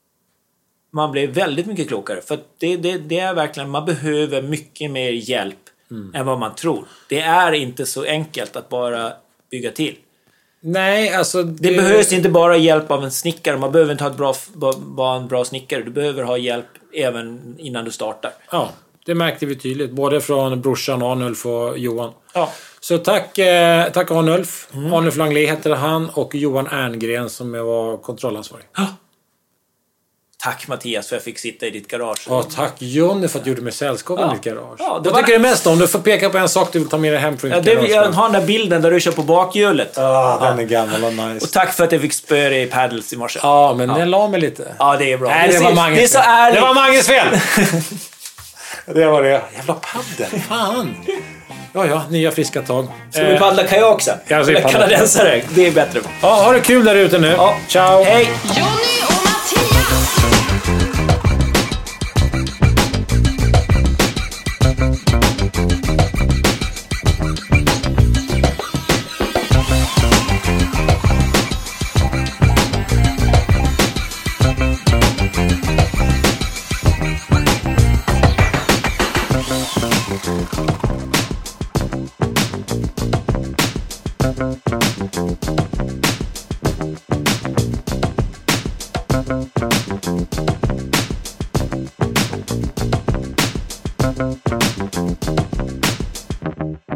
man blir väldigt mycket klokare, för att det, det, det är verkligen, man behöver mycket mer hjälp mm. än vad man tror. Det är inte så enkelt att bara bygga till. Nej, alltså det, det behövs inte bara hjälp av en snickare. Man behöver inte ha ett bra, bara en bra snickare. Du behöver ha hjälp även innan du startar. Ja, det märkte vi tydligt. Både från brorsan Arnulf och Johan. Ja. Så tack, eh, tack Arnulf. Mm. Arnulf Langley heter han. Och Johan Ärngren som var kontrollansvarig. Ja. Tack Mattias för att jag fick sitta i ditt garage. Ja, tack Jonny för att du gjorde mig sällskap i ja. ditt garage. Ja, Vad var... tycker du mest om? Du får peka på en sak du vill ta med dig hem från ja, ditt garage. Jag har den där bilden där du kör på bakhjulet. Ja, den är gammal och nice. Och tack för att jag fick spöra i paddles i morse. Ja, men ja. den la mig lite. Ja, det är bra. Nej, det, det, var Manges det är så ärligt. Det var Manges fel. Det var det. Jävla paddel. Fan. Ja, ja, nya friska tag. Ska vi paddla kajak sen? Eller kanadensare, det är bättre. Ja, ha det kul där ute nu. Ja. Ciao. Hej. Jonny och Mattias. Thank you.